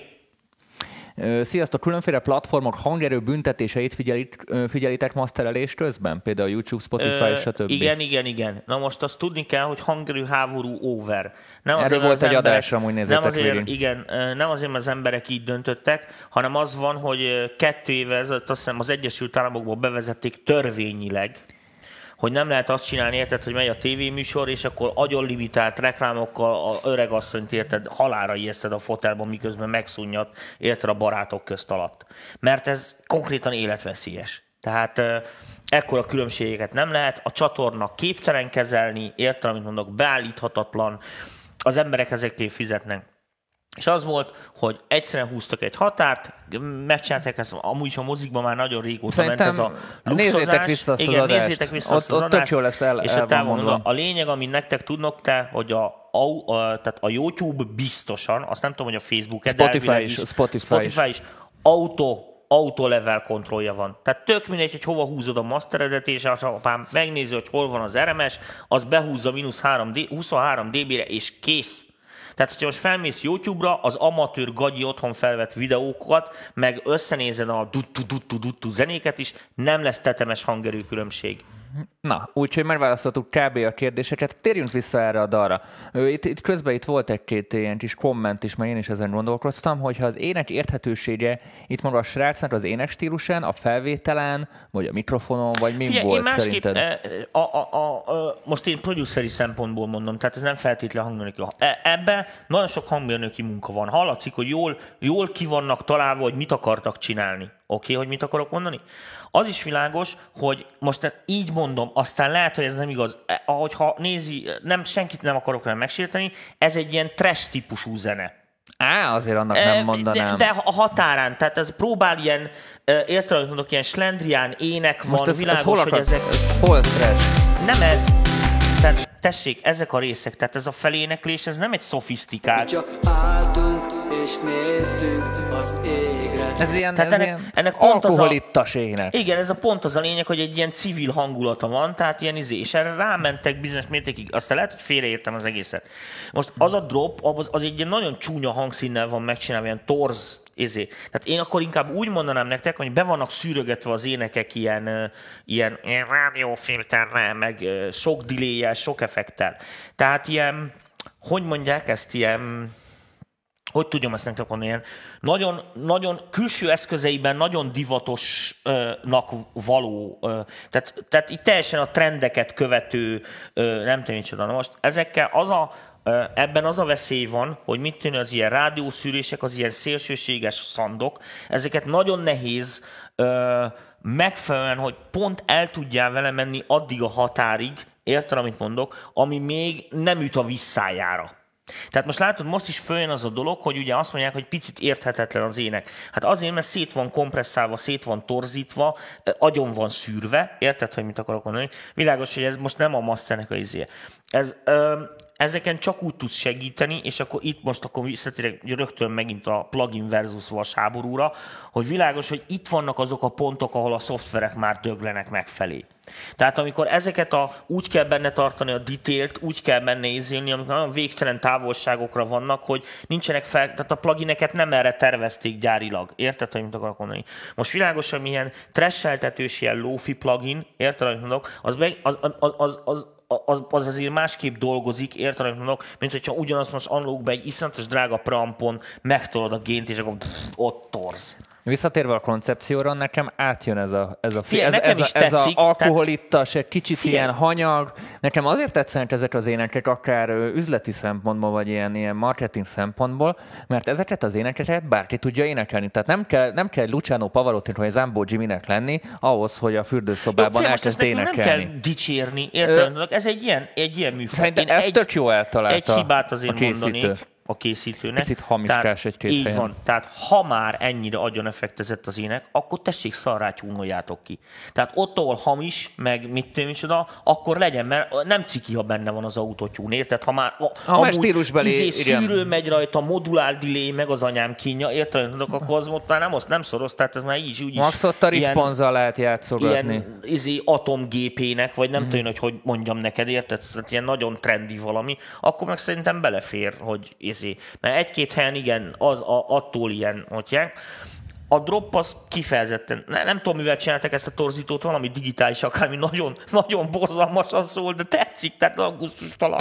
Ö, Sziasztok, különféle platformok hangerő büntetéseit figyelit, ö, figyelitek masterelés közben? Például YouTube, Spotify, Ö, stb. Igen, igen, igen. Na most azt tudni kell, hogy hangerő háború over. Nem Erről azért, volt az egy emberek, adás, amúgy nézzétek nem azért, végig. igen, ö, nem azért, mert az emberek így döntöttek, hanem az van, hogy ö, kettő éve ezelőtt azt hiszem az Egyesült Államokból bevezették törvényileg, hogy nem lehet azt csinálni, érted, hogy megy a tévéműsor, és akkor agyonlimitált reklámokkal a öreg asszonyt, érted, halálra ijeszted a fotelban, miközben megszunnyad, érted, a barátok közt alatt. Mert ez konkrétan életveszélyes. Tehát uh, ekkora különbségeket nem lehet, a csatorna képtelen kezelni, érted, amit mondok, beállíthatatlan, az emberek ezekért fizetnek. És az volt, hogy egyszerűen húztak egy határt, megcsinálták ezt, amúgy is a mozikban már nagyon régóta ment ez a luxozás. nézzétek vissza azt Igen, az adást. nézzétek vissza Ott- azt az ott tök adást. jól lesz el- és el ott van el van mondva. mondva. A lényeg, ami nektek tudnok te, hogy a, a, a, tehát a YouTube biztosan, azt nem tudom, hogy a Facebook, Spotify is, Spotify Spotify is, autó auto-level kontrollja van. Tehát tök mindegy, hogy hova húzod a masteredet, és ha apám megnézi, hogy hol van az er em es, az behúzza mínusz huszonhárom dé bé-re, és kész. Tehát, hogyha most felmész YouTube-ra, az amatőr gagyi otthon felvett videókat, meg összenézed a duttu-duttu-duttu zenéket is, nem lesz tetemes hangerő különbség. Na, úgyhogy megválasztottuk kb. A kérdéseket. Térjünk vissza erre a dalra. Ö, Itt, itt közben itt volt egy-két ilyen kis komment is, mert én is ezen gondolkoztam, hogyha az ének érthetősége itt maga a srácnak az ének stílusán, a felvételen, vagy a mikrofonon, vagy mi Figyelj, volt én másképp, szerinted? e, a, a, a, a, most én produceri szempontból mondom, tehát ez nem feltétlenül hangmérnöki. E, ebben nagyon sok hangmérnöki munka van. Hallatszik, hogy jól, jól ki vannak találva, hogy mit akartak csinálni. Oké, okay, hogy mit akarok mondani? Az is világos, hogy most ezt így mondom, aztán lehet, hogy ez nem igaz. Ahogyha nézi, nem, senkit nem akarok rá megsérteni, ez egy ilyen trash típusú zene. Á, azért annak nem mondanám. De, de a határán, tehát ez próbál ilyen, értelemben mondok, ilyen slendrián ének van, most ez, világos, ez hol hogy akar, ezek... ez hol trash? Nem ez. Tehát tessék, ezek a részek, tehát ez a feléneklés, ez nem egy szofisztikált. Csak álltunk és néztünk az égre. Ez ilyen, Tehát ez ennek- ilyen ennek pont az a- alkoholittas ének. Igen, ez a pont az a lényeg, hogy egy ilyen civil hangulata van, tehát ilyen izé, és erre rámentek bizonyos mértékig, aztán lehet, hogy félreértem az egészet. Most az a drop, az, az egy ilyen nagyon csúnya hangszínnel van megcsinálva, ilyen torz, izé. Tehát én akkor inkább úgy mondanám nektek, hogy be vannak szűrögetve az énekek ilyen, ö, ilyen, ilyen rádiófilterrel, meg ö, sok delay-jel, sok effekttel. Tehát ilyen, hogy mondják ezt, ilyen, hogy tudjam ezt nektek mondani, ilyen nagyon, nagyon külső eszközeiben nagyon divatosnak való, ö, tehát, tehát itt teljesen a trendeket követő, ö, nem tudom micsoda. Na most ezekkel az a, ö, ebben az a veszély van, hogy mit tűnő az ilyen rádiószűrések, az ilyen szélsőséges szandok, ezeket nagyon nehéz ö, megfelelően, hogy pont el tudjál vele menni addig a határig, érted, amit mondok, ami még nem üt a visszájára. Tehát most látod, most is följön az a dolog, hogy ugye azt mondják, hogy picit érthetetlen az ének. Hát azért, mert szét van kompresszálva, szét van torzítva, agyon van szűrve, érted, hogy mit akarok mondani? Világos, hogy ez most nem a masternek a izé. Ez, ö, ezeken csak úgy tudsz segíteni, és akkor itt most akkor visszatérek rögtön megint a plugin versus vas háborúra, hogy világos, hogy itt vannak azok a pontok, ahol a szoftverek már döglenek megfelé. Tehát amikor ezeket a, úgy kell benne tartani a detailt, úgy kell benne érzélni, amikor nagyon végtelen távolságokra vannak, hogy nincsenek fel, tehát a plugineket nem erre tervezték gyárilag. Érted, hogy mit akarok mondani? Most világos, hogy milyen trasheltetős ilyen lofi plugin, érted, hogy mondok, az, meg, az, az, az, az Az, az azért másképp dolgozik, érted, amit mondok, mint hogyha ugyanazt most unlockbe egy iszonyatos drága preampon megtolod a gént, és akkor pff, ott torz. Visszatérve a koncepcióra, nekem átjön ez a, ez a, Figyelj, ez, nekem ez, is a, ez a tetszik, alkoholittas, egy kicsit Figyelj. ilyen hanyag. Nekem azért tetszenek ezek az énekek, akár ö, üzleti szempontból, vagy ilyen, ilyen marketing szempontból, mert ezeket az énekeket bárki tudja énekelni. Tehát nem kell, nem kell Luciano Pavarotti vagy Zambo Jiminek lenni ahhoz, hogy a fürdőszobában Jó, most ezt elkezd nekünk énekelni. nem kell dicsérni, érted? Ö... Ez egy ilyen, egy ilyen műfaj. Szerintem Én ez egy, tök jó eltalálta Egy hibát azért a készítő. mondanék a készítőnek. Picit hamiskás egy-két Így helyen. van. Tehát ha már ennyire agyon effektezett az ének, akkor tessék szarrá tyúnoljátok ki. Tehát ott, ahol hamis, meg mit tudom micsoda, akkor legyen, mert nem ciki, ha benne van az autotune, érted? Ha már Ha már stílusbeli, izé, igen. szűrő megy rajta, modulál delay, meg az anyám kínja, érted? Akkor az ott már nem, azt nem szoros, tehát ez már így is, úgy is. Max ott a ilyen- response-zal lehet játszogatni. ilyen izé, atomgépének, vagy nem mm. tudom, hogy hogy mondjam neked, érted? Szóval ilyen nagyon trendi valami, akkor meg szerintem belefér, hogy izé. Mert egy-két helyen igen, az a, attól ilyen, hogy a drop az kifejezetten, ne, nem tudom, mivel csináltak ezt a torzítót, valami digitális, akármi nagyon, nagyon borzalmasan szól, de tetszik, tehát nagyon gusztustalan.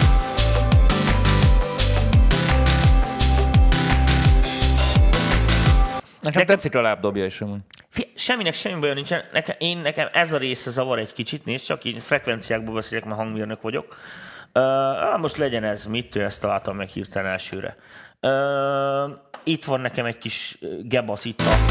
Nekem tetszik a lábdobja is. amúgy. Fi- Semminek semmi bajom nincsen. Nekem, én, nekem ez a része zavar egy kicsit, nézd csak, így frekvenciákból beszélek, mert hangmérnök vagyok. Uh, most legyen ez, mit ezt találtam meg hirtelen elsőre. Uh, itt van nekem egy kis gebasz itt a...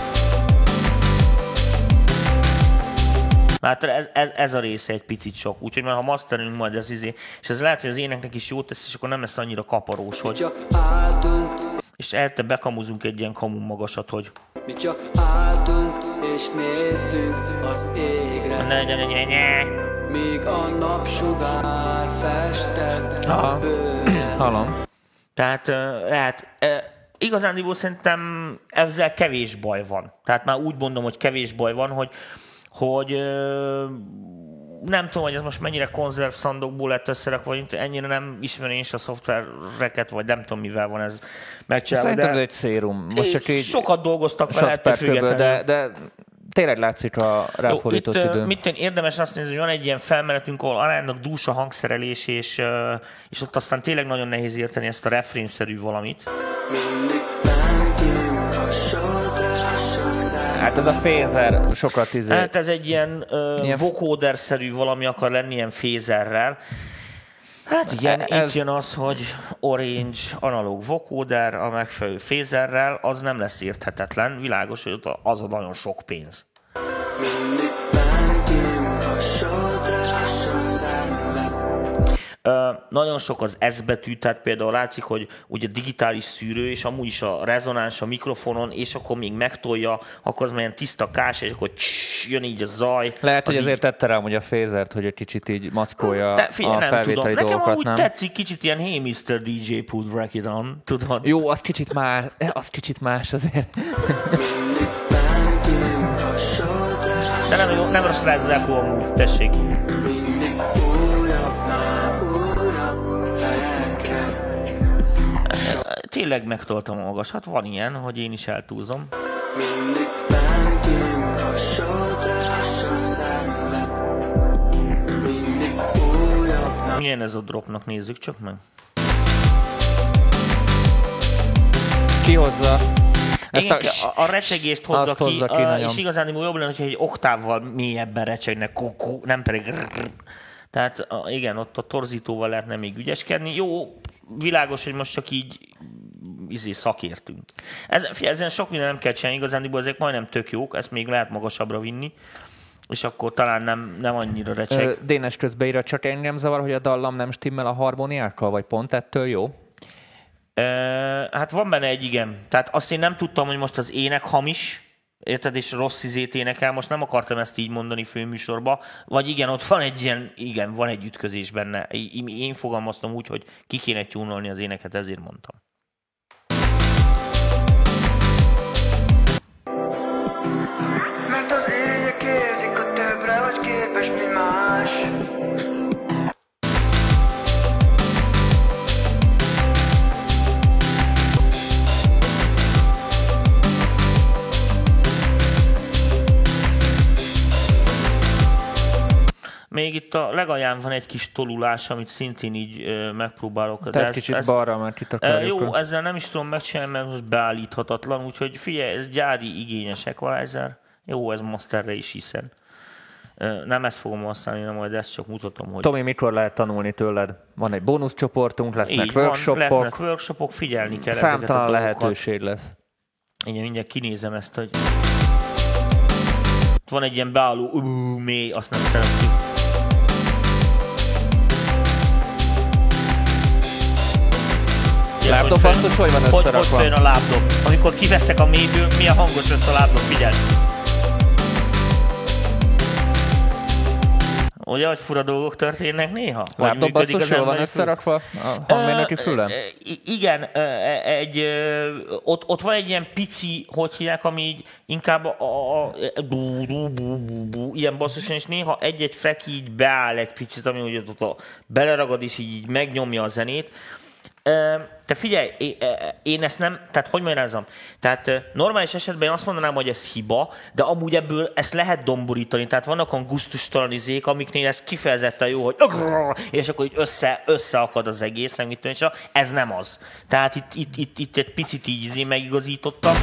Látod, ez, ez, ez a része egy picit sok, úgyhogy már ha masterünk majd ez izé, és ez lehet, hogy az éneknek is jót tesz, és akkor nem lesz annyira kaparós, hogy... Csak álltunk, És ehette bekamuzunk egy ilyen kamun magasat, hogy... mi csak álltunk és néztünk az égre. Ne, ne, ne, ne, ne. Míg a napsugár festett Aha. a bőrön. Hallom. Tehát uh, lehet, uh, igazándiból szerintem ezzel kevés baj van. Tehát már úgy mondom, hogy kevés baj van, hogy, hogy uh, nem tudom, hogy ez most mennyire konzervszandokból lett összerak, vagy ennyire nem ismerem is a szoftvereket, vagy nem tudom, mivel van ez megcsinálva. Szerintem de ez egy szérum. Most csak így sokat dolgoztak vele, ettől shotperköből, függetlenül. de, de tényleg látszik a ráfordított Jó, itt, idő. Mit tenni, érdemes azt nézni, hogy van egy ilyen felmenetünk, ahol aránylag dús a hangszerelés, és, uh, és ott aztán tényleg nagyon nehéz érteni ezt a refrénszerű valamit. Mindig mentünk a sodráson szemben. Hát ez a phaser sokat izé. Hát ez egy ilyen, uh, Ilyen- vocoder-szerű valami akar lenni, ilyen phaserrel. Hát igen, Ez- ez... itt jön az, hogy Orange analóg vocoder a megfelelő phaserrel, az nem lesz érthetetlen, világos, hogy ott az a nagyon sok pénz. Mindig mentünk a sodráson szemben. Nagyon sok az S betű, tehát például látszik, hogy ugye digitális szűrő, és amúgy is a rezonáns a mikrofonon, és akkor még megtolja, akkor az milyen tiszta kás, és akkor css, jön így a zaj. Lehet, hogy az azért így... tette rám, hogy a fézert, hogy egy kicsit így maszkolja De figyelj, a nem felvételi tudom. dolgokat, Nekem nem? úgy tetszik kicsit ilyen hey miszter dé dzsé, put wreck it on, tudod? Jó, az kicsit más, az kicsit más azért. Mindig mentünk a sodrás. De nem, nem rossz rá ez az echo amúgy, tessék. Mindig újabbnál újabb helyeken. Tényleg megtoltam a magas. Hát van ilyen, hogy én is eltúlzom. Mindig mentünk a sodrásra szembe. Mindig újabbnál. Milyen ez a dropnak, nézzük csak meg. Ki hozza? Ezt Igen, a, a, a recsegést hozza azt ki, hozza ki a, nagyon. és igazán jobb lenne, hogyha egy oktávval mélyebben recsegnek, kú, kú, nem pedig rrr. Tehát a, igen, ott a torzítóval lehetne még ügyeskedni. Jó, világos, hogy most csak így izé szakértünk. Ez, ezen sok minden nem kell csinálni, igazán ezek majdnem tök jók, ezt még lehet magasabbra vinni, és akkor talán nem, nem annyira recseg. Ö, Dénes közbeírja, csak engem zavar, hogy a dallam nem stimmel a harmóniákkal, vagy pont ettől jó? Uh, hát van benne egy igen. Tehát azt én nem tudtam, hogy most az ének hamis, érted, és rossz izét énekel, most nem akartam ezt így mondani főműsorba, vagy igen, ott van egy ilyen, igen, van egy ütközés benne. Én fogalmaztam úgy, hogy ki kéne tyúnolni az éneket, ezért mondtam. Mert az irigyek érzik, a többre vagy képes, mi más. Még itt a legalján van egy kis tolulás, amit szintén így ö, megpróbálok. Tehát kicsit ezt, balra, mert itt akarjuk. Jó, ezzel nem is tudom megcsinálni, mert most beállíthatatlan, úgyhogy figyelj, ez gyári igényes equalizer. Jó, ez masterre is hiszen. Nem ezt fogom használni, nem majd ezt csak mutatom, hogy... Tomi, mikor lehet tanulni tőled? Van egy bónuszcsoportunk, lesznek így workshopok. Van, lesznek workshopok, figyelni kell Számtalan ezeket a dolgokat. lehetőség lesz. Igen, mindjárt kinézem ezt, hogy... Van egy ilyen beálló, ú, mély, azt nem szeretjük. Lábdob basszus, hogy van összerakva? Hogy, hogy följön a lábdob? Amikor kiveszek a mélyből, milyen hangos lesz a lábdob, figyeld! Ugye, hogy fura dolgok történnek néha? Lábdob basszus, jól van összerakva a hangmérnöki fülem? Igen, egy, ott, ott van egy ilyen pici, hogy hívják, ami így inkább a, a, a bú, bú, bú, bú, bú, ilyen basszuson, és néha egy-egy frek így beáll egy picit, ami ugye ott a beleragad, és így megnyomja a zenét. Te figyelj, én ezt nem, tehát hogy magyarázom? Tehát normális esetben én azt mondanám, hogy ez hiba, de amúgy ebből ezt lehet domborítani, tehát vannak olyan gusztustalan izék, amiknél ez kifejezetten jó, hogy és akkor így össze, összeakad az egész, és ez nem az. Tehát itt, itt, itt, itt egy picit így izé megigazítottam.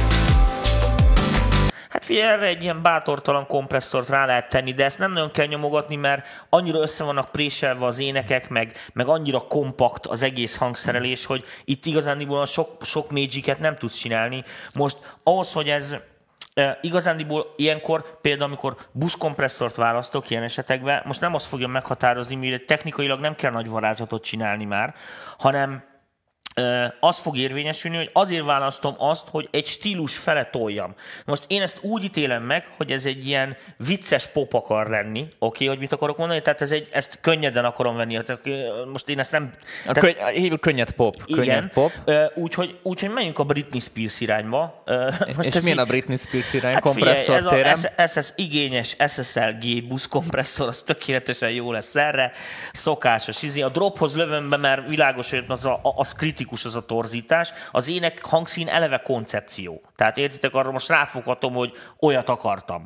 Hát figyelj, erre egy ilyen bátortalan kompresszort rá lehet tenni, de ezt nem nagyon kell nyomogatni, mert annyira össze vannak préselve az énekek, meg, meg annyira kompakt az egész hangszerelés, hogy itt igazándiból sok, sok magic-et nem tudsz csinálni. Most ahhoz, hogy ez e, igazándiból ilyenkor, például amikor buszkompresszort választok ilyen esetekben, most nem azt fogja meghatározni, mivel technikailag nem kell nagy varázslatot csinálni már, hanem az fog érvényesülni, hogy azért választom azt, hogy egy stílus fele toljam. Most én ezt úgy ítélem meg, hogy ez egy ilyen vicces pop akar lenni, oké, okay, hogy mit akarok mondani, tehát ez egy, ezt könnyeden akarom venni. Most én ezt nem... A könny, hívjuk könnyed pop. Igen, könnyed pop. Úgyhogy úgy, menjünk a Britney Spears irányba. Most és milyen így, a Britney Spears irány? Hát kompresszor figyelj, téren? Ez a es es igényes es es el gé busz kompresszor, az tökéletesen jó lesz erre. Szokásos. A drophoz lövöm be, mert világos, hogy az, a, az kritikus az a torzítás. Az ének hangszín eleve koncepció. Tehát értitek, arra most ráfoghatom, hogy olyat akartam.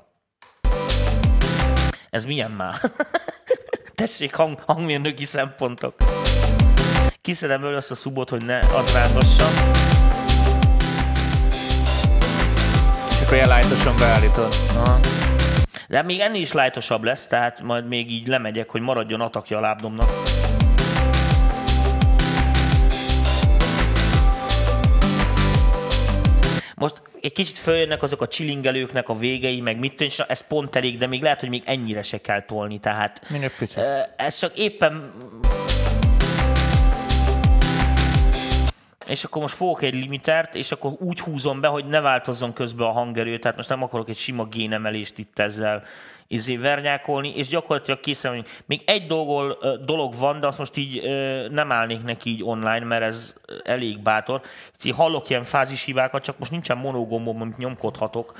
Ez milyen már? Tessék, hang, hangmérnöki szempontok. Kiszedem elő azt a szubot, hogy ne az rántassa. És akkor ilyen lightosan beállítod. Aha. De még ennél is lightosabb lesz, tehát majd még így lemegyek, hogy maradjon atakja a lábdomnak. Most egy kicsit följönnek azok a csilingelőknek a végei, meg mit tűncs, ez pont elég, de még lehet, hogy még ennyire se kell tolni, tehát Minél picit. ez csak éppen és akkor most fogok egy limitert, és akkor úgy húzom be, hogy ne változzon közben a hangerő, tehát most nem akarok egy sima génemelést itt ezzel izé vernyákolni, és gyakorlatilag készen vagyunk. Még egy dolgol, dolog van, de azt most így nem állnék neki így online, mert ez elég bátor. Itt hallok ilyen fázishibákat, csak most nincsen monogombom, amit nyomkodhatok.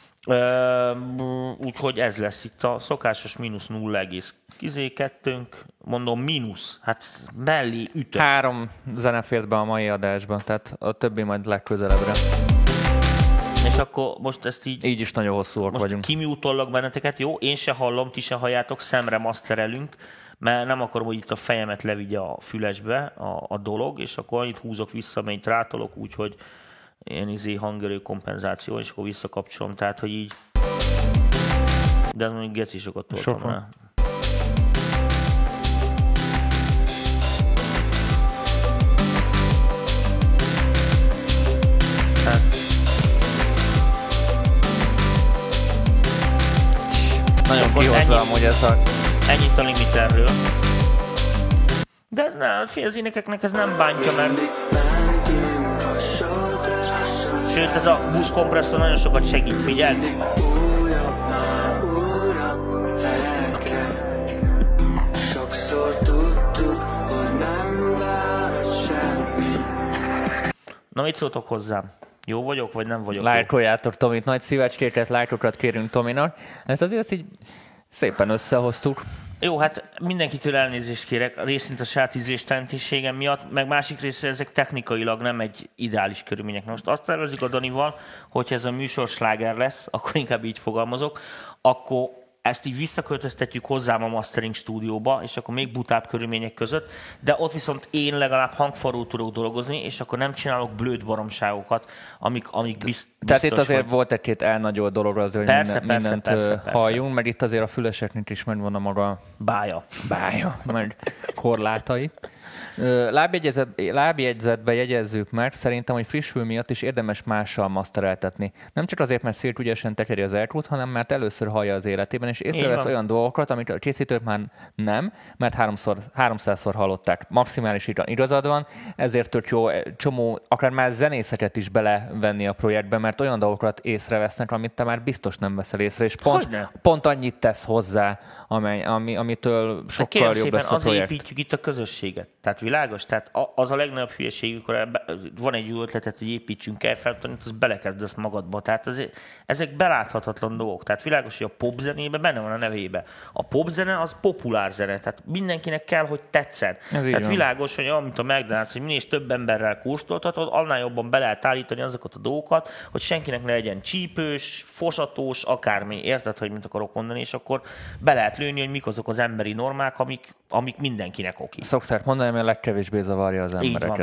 Úgyhogy ez lesz itt a szokásos mínusz nulla egész kettőnk, mondom mínusz, hát mellé ütött. Három zene fért be a mai adásban, tehát a többi majd legközelebbre. És akkor most ezt így... Így is nagyon hosszúak most vagyunk. kimute-ollak benneteket, jó? Én se hallom, ti se halljátok, szemre masterelünk, mert nem akarom, hogy itt a fejemet levigye a fülesbe a, a dolog, és akkor annyit húzok vissza, mennyit rátolok, úgyhogy ilyen izé hangerő kompenzáció, és akkor visszakapcsolom, tehát, hogy így... De ez mondjuk geci sokat toltam rá. Nagyon kihozza amúgy ez a... Ennyit a limiterről. De ez nem, fél az énekeknek ez nem bántja, mert... Sőt, ez a buszkompresszor nagyon sokat segít, figyeld! Na, mit szóltok hozzám? Jó vagyok, vagy nem vagyok? Lájkoljátok Tomit, nagy szívecskéket, lájkokat kérünk Tominak. Ezt azért ezt így szépen összehoztuk. Jó, hát mindenkitől elnézést kérek, részint a saját ízléstlenségem miatt, meg másik része ezek technikailag nem egy ideális körülmények. Most azt tervezzük a Danival, hogyha ez a műsor sláger lesz, akkor inkább így fogalmazok, akkor ezt így visszaköltöztetjük hozzám a mastering stúdióba, és akkor még butább körülmények között, de ott viszont én legalább hangfarul tudok dolgozni, és akkor nem csinálok blőd baromságokat, amik, amik bizt, biztos. Tehát itt azért hogy... volt egy-két elnagyolt dologra azért, hogy persze, minden, persze, mindent persze, persze. halljunk, meg itt azért a füleseknek is megvan a maga bája. bája, meg korlátai. Lábjegyzet, lábjegyzetbe jegyezzük meg, szerintem, hogy friss fül miatt is érdemes mással mastereltetni. Nem csak azért, mert Szirt ügyesen tekeri az elkút, hanem mert először hallja az életében, és észrevesz olyan dolgokat, amit a készítők már nem, mert háromszor, háromszázszor hallották. Maximális igazad van, ezért tök jó csomó, akár már zenészeket is belevenni a projektbe, mert olyan dolgokat észrevesznek, amit te már biztos nem veszel észre, és pont, pont annyit tesz hozzá, amely, ami, amitől sokkal kérem jobb szépen, lesz a az projekt. építjük itt a közösséget. Tehát világos? Tehát az a legnagyobb hülyeség, amikor van egy jó ötletet, hogy építsünk el feltanít, az belekezdesz magadba. Tehát azért, ezek beláthatatlan dolgok. Tehát világos, hogy a popzenébe benne van a nevébe. A popzene az populár zene, tehát mindenkinek kell, hogy tetszen. Tehát világos, hogy amit a McDonald's, hogy minél több emberrel kóstoltatod, annál jobban be lehet állítani azokat a dolgokat, hogy senkinek ne legyen csípős, fosatós, akármi. Érted, hogy mit akarok mondani, és akkor be lehet lőni, hogy mik azok az emberi normák, amik, amik mindenkinek oké. Szokták mondani, hogy a legkevésbé zavarja az embereket.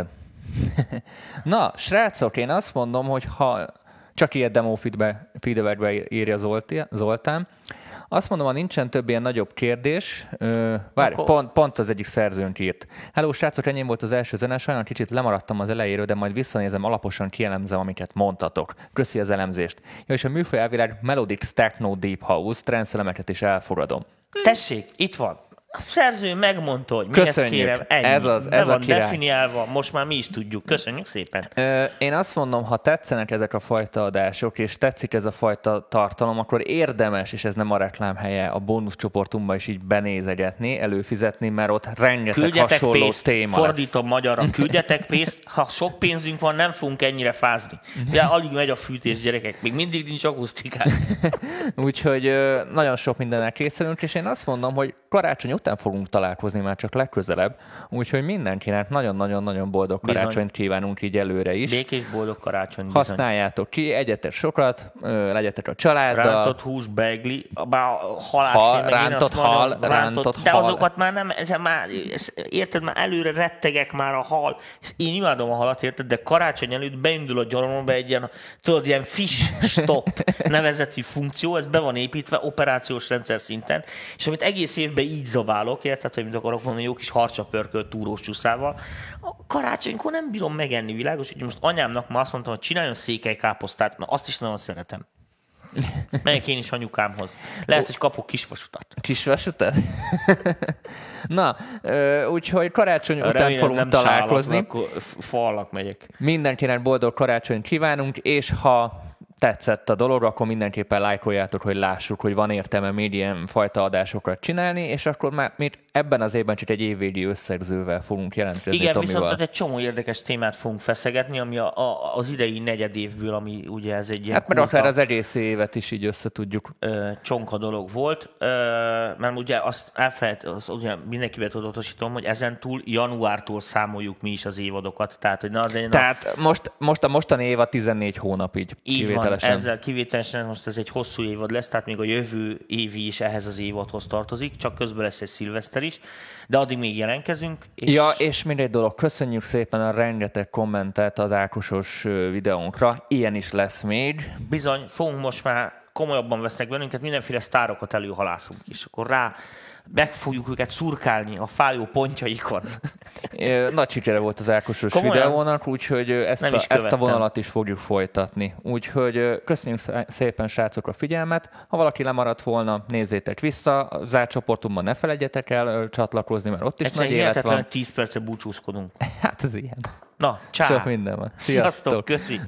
Na, srácok, én azt mondom, hogy ha csak ilyen demo feedback, feedbackbe írja Zolti, Zoltán, azt mondom, ha nincsen több ilyen nagyobb kérdés, ö, várj, Akkor... pont, pont az egyik szerzőnk írt. Hello, srácok, enyém volt az első zene, sajnán kicsit lemaradtam az elejéről, de majd visszanézem, alaposan kielemzem, amiket mondtatok. Köszi az elemzést. Ja, és a műfaj elvileg Melodic Techno Deep House, trendszelemeket is elfogadom. Tessék, itt van. A szerző megmondta, hogy mihez kérem, ennyi. Ez az, ez Be van a király. definiálva, most már mi is tudjuk. Köszönjük szépen. Ö, én azt mondom, ha tetszenek ezek a fajta adások, és tetszik ez a fajta tartalom, akkor érdemes, és ez nem a reklám helye, a bónuszcsoportunkba is így benézegetni, előfizetni, mert ott rengeteg küldjetek hasonló pénzt, téma fordítom lesz. magyarra, küldjetek pénzt, ha sok pénzünk van, nem fogunk ennyire fázni. De alig megy a fűtés, gyerekek, még mindig nincs akusztikát. Úgyhogy nagyon sok mindennel készülünk, és én azt mondom, hogy karácsony után fogunk találkozni már csak legközelebb, úgyhogy mindenkinek nagyon-nagyon-nagyon boldog karácsonyt bizony. Kívánunk így előre is. Békés boldog karácsony. Bizony. Használjátok ki, egyetek sokat, legyetek a családdal. Rántott hús, beigli, bár halás. Hal, rántott hal, rántott, rántott de hal. De azokat már nem, ez már, ez, érted, már előre rettegek már a hal. Én imádom a halat, érted, de karácsony előtt beindul a gyalomba egy ilyen, tudod, ilyen fish stop nevezetű funkció, ez be van építve operációs rendszer szinten, és amit egész évben így zabálok, érted, hogy mit akarok mondani, jó kis harcsapörkölt túrós csúszával. A karácsonykor nem bírom megenni, világos, hogy most anyámnak ma azt mondtam, hogy csináljon székelykáposztát, mert azt is nagyon szeretem. Megyek én is anyukámhoz. Lehet, hogy kapok kisvasutat. Kisvasutat? Na, ö, úgyhogy karácsony után Remélem, fogunk nem találkozni. Sálak, akkor falnak megyek. Mindenkinek boldog karácsonyt kívánunk, és ha tetszett a dolog, akkor mindenképpen lájkoljátok, hogy lássuk, hogy van értelme még ilyen fajta adásokat csinálni, és akkor már még ebben az évben csak egy évvégi összegzővel fogunk jelentkezni Igen, Tomival. viszont ott egy csomó érdekes témát fogunk feszegetni, ami a, a, az idei negyedévből, ami ugye ez egy ilyen Hát mert akár kurta, az egész évet is így össze tudjuk. ö, csonka dolog volt, ö, mert ugye azt elfelejt, az, ugye mindenkivel tudatosítom, hogy ezentúl januártól számoljuk mi is az évadokat, tehát hogy na az egy Tehát most, most a mostani év a tizennégy hónap így, így van, kivételesen. ezzel kivételesen most ez egy hosszú évad lesz, tehát még a jövő évi is ehhez az évadhoz tartozik, csak közben lesz egy szilveszter is, de addig még jelentkezünk. És Ja, és még egy dolog, köszönjük szépen a rengeteg kommentet az Ákosos ö, videónkra, ilyen is lesz még. bizony, fogunk most már komolyabban vesznek bennünket, mindenféle sztárokat előhalászunk is, akkor rá meg fogjuk őket szurkálni a fájó pontjaikon. Ö, Nagy sikere volt az Ákosos Komolyan? videónak, úgyhogy ö, ezt Nem a, is ezt a követtem. vonalat is fogjuk folytatni. Úgyhogy ö, köszönjük szá- szépen, srácok, a figyelmet. Ha valaki lemaradt volna, nézzétek vissza. A zárt csoportunkban ne felejtjetek el ö, csatlakozni, mert ott is Egyszerűen nagy élet hihetetlen, van. hogy tíz perce búcsúzkodunk. Hát ez ilyen. Na, csá! Sok minden van. Sziasztok, Sziasztok. köszi!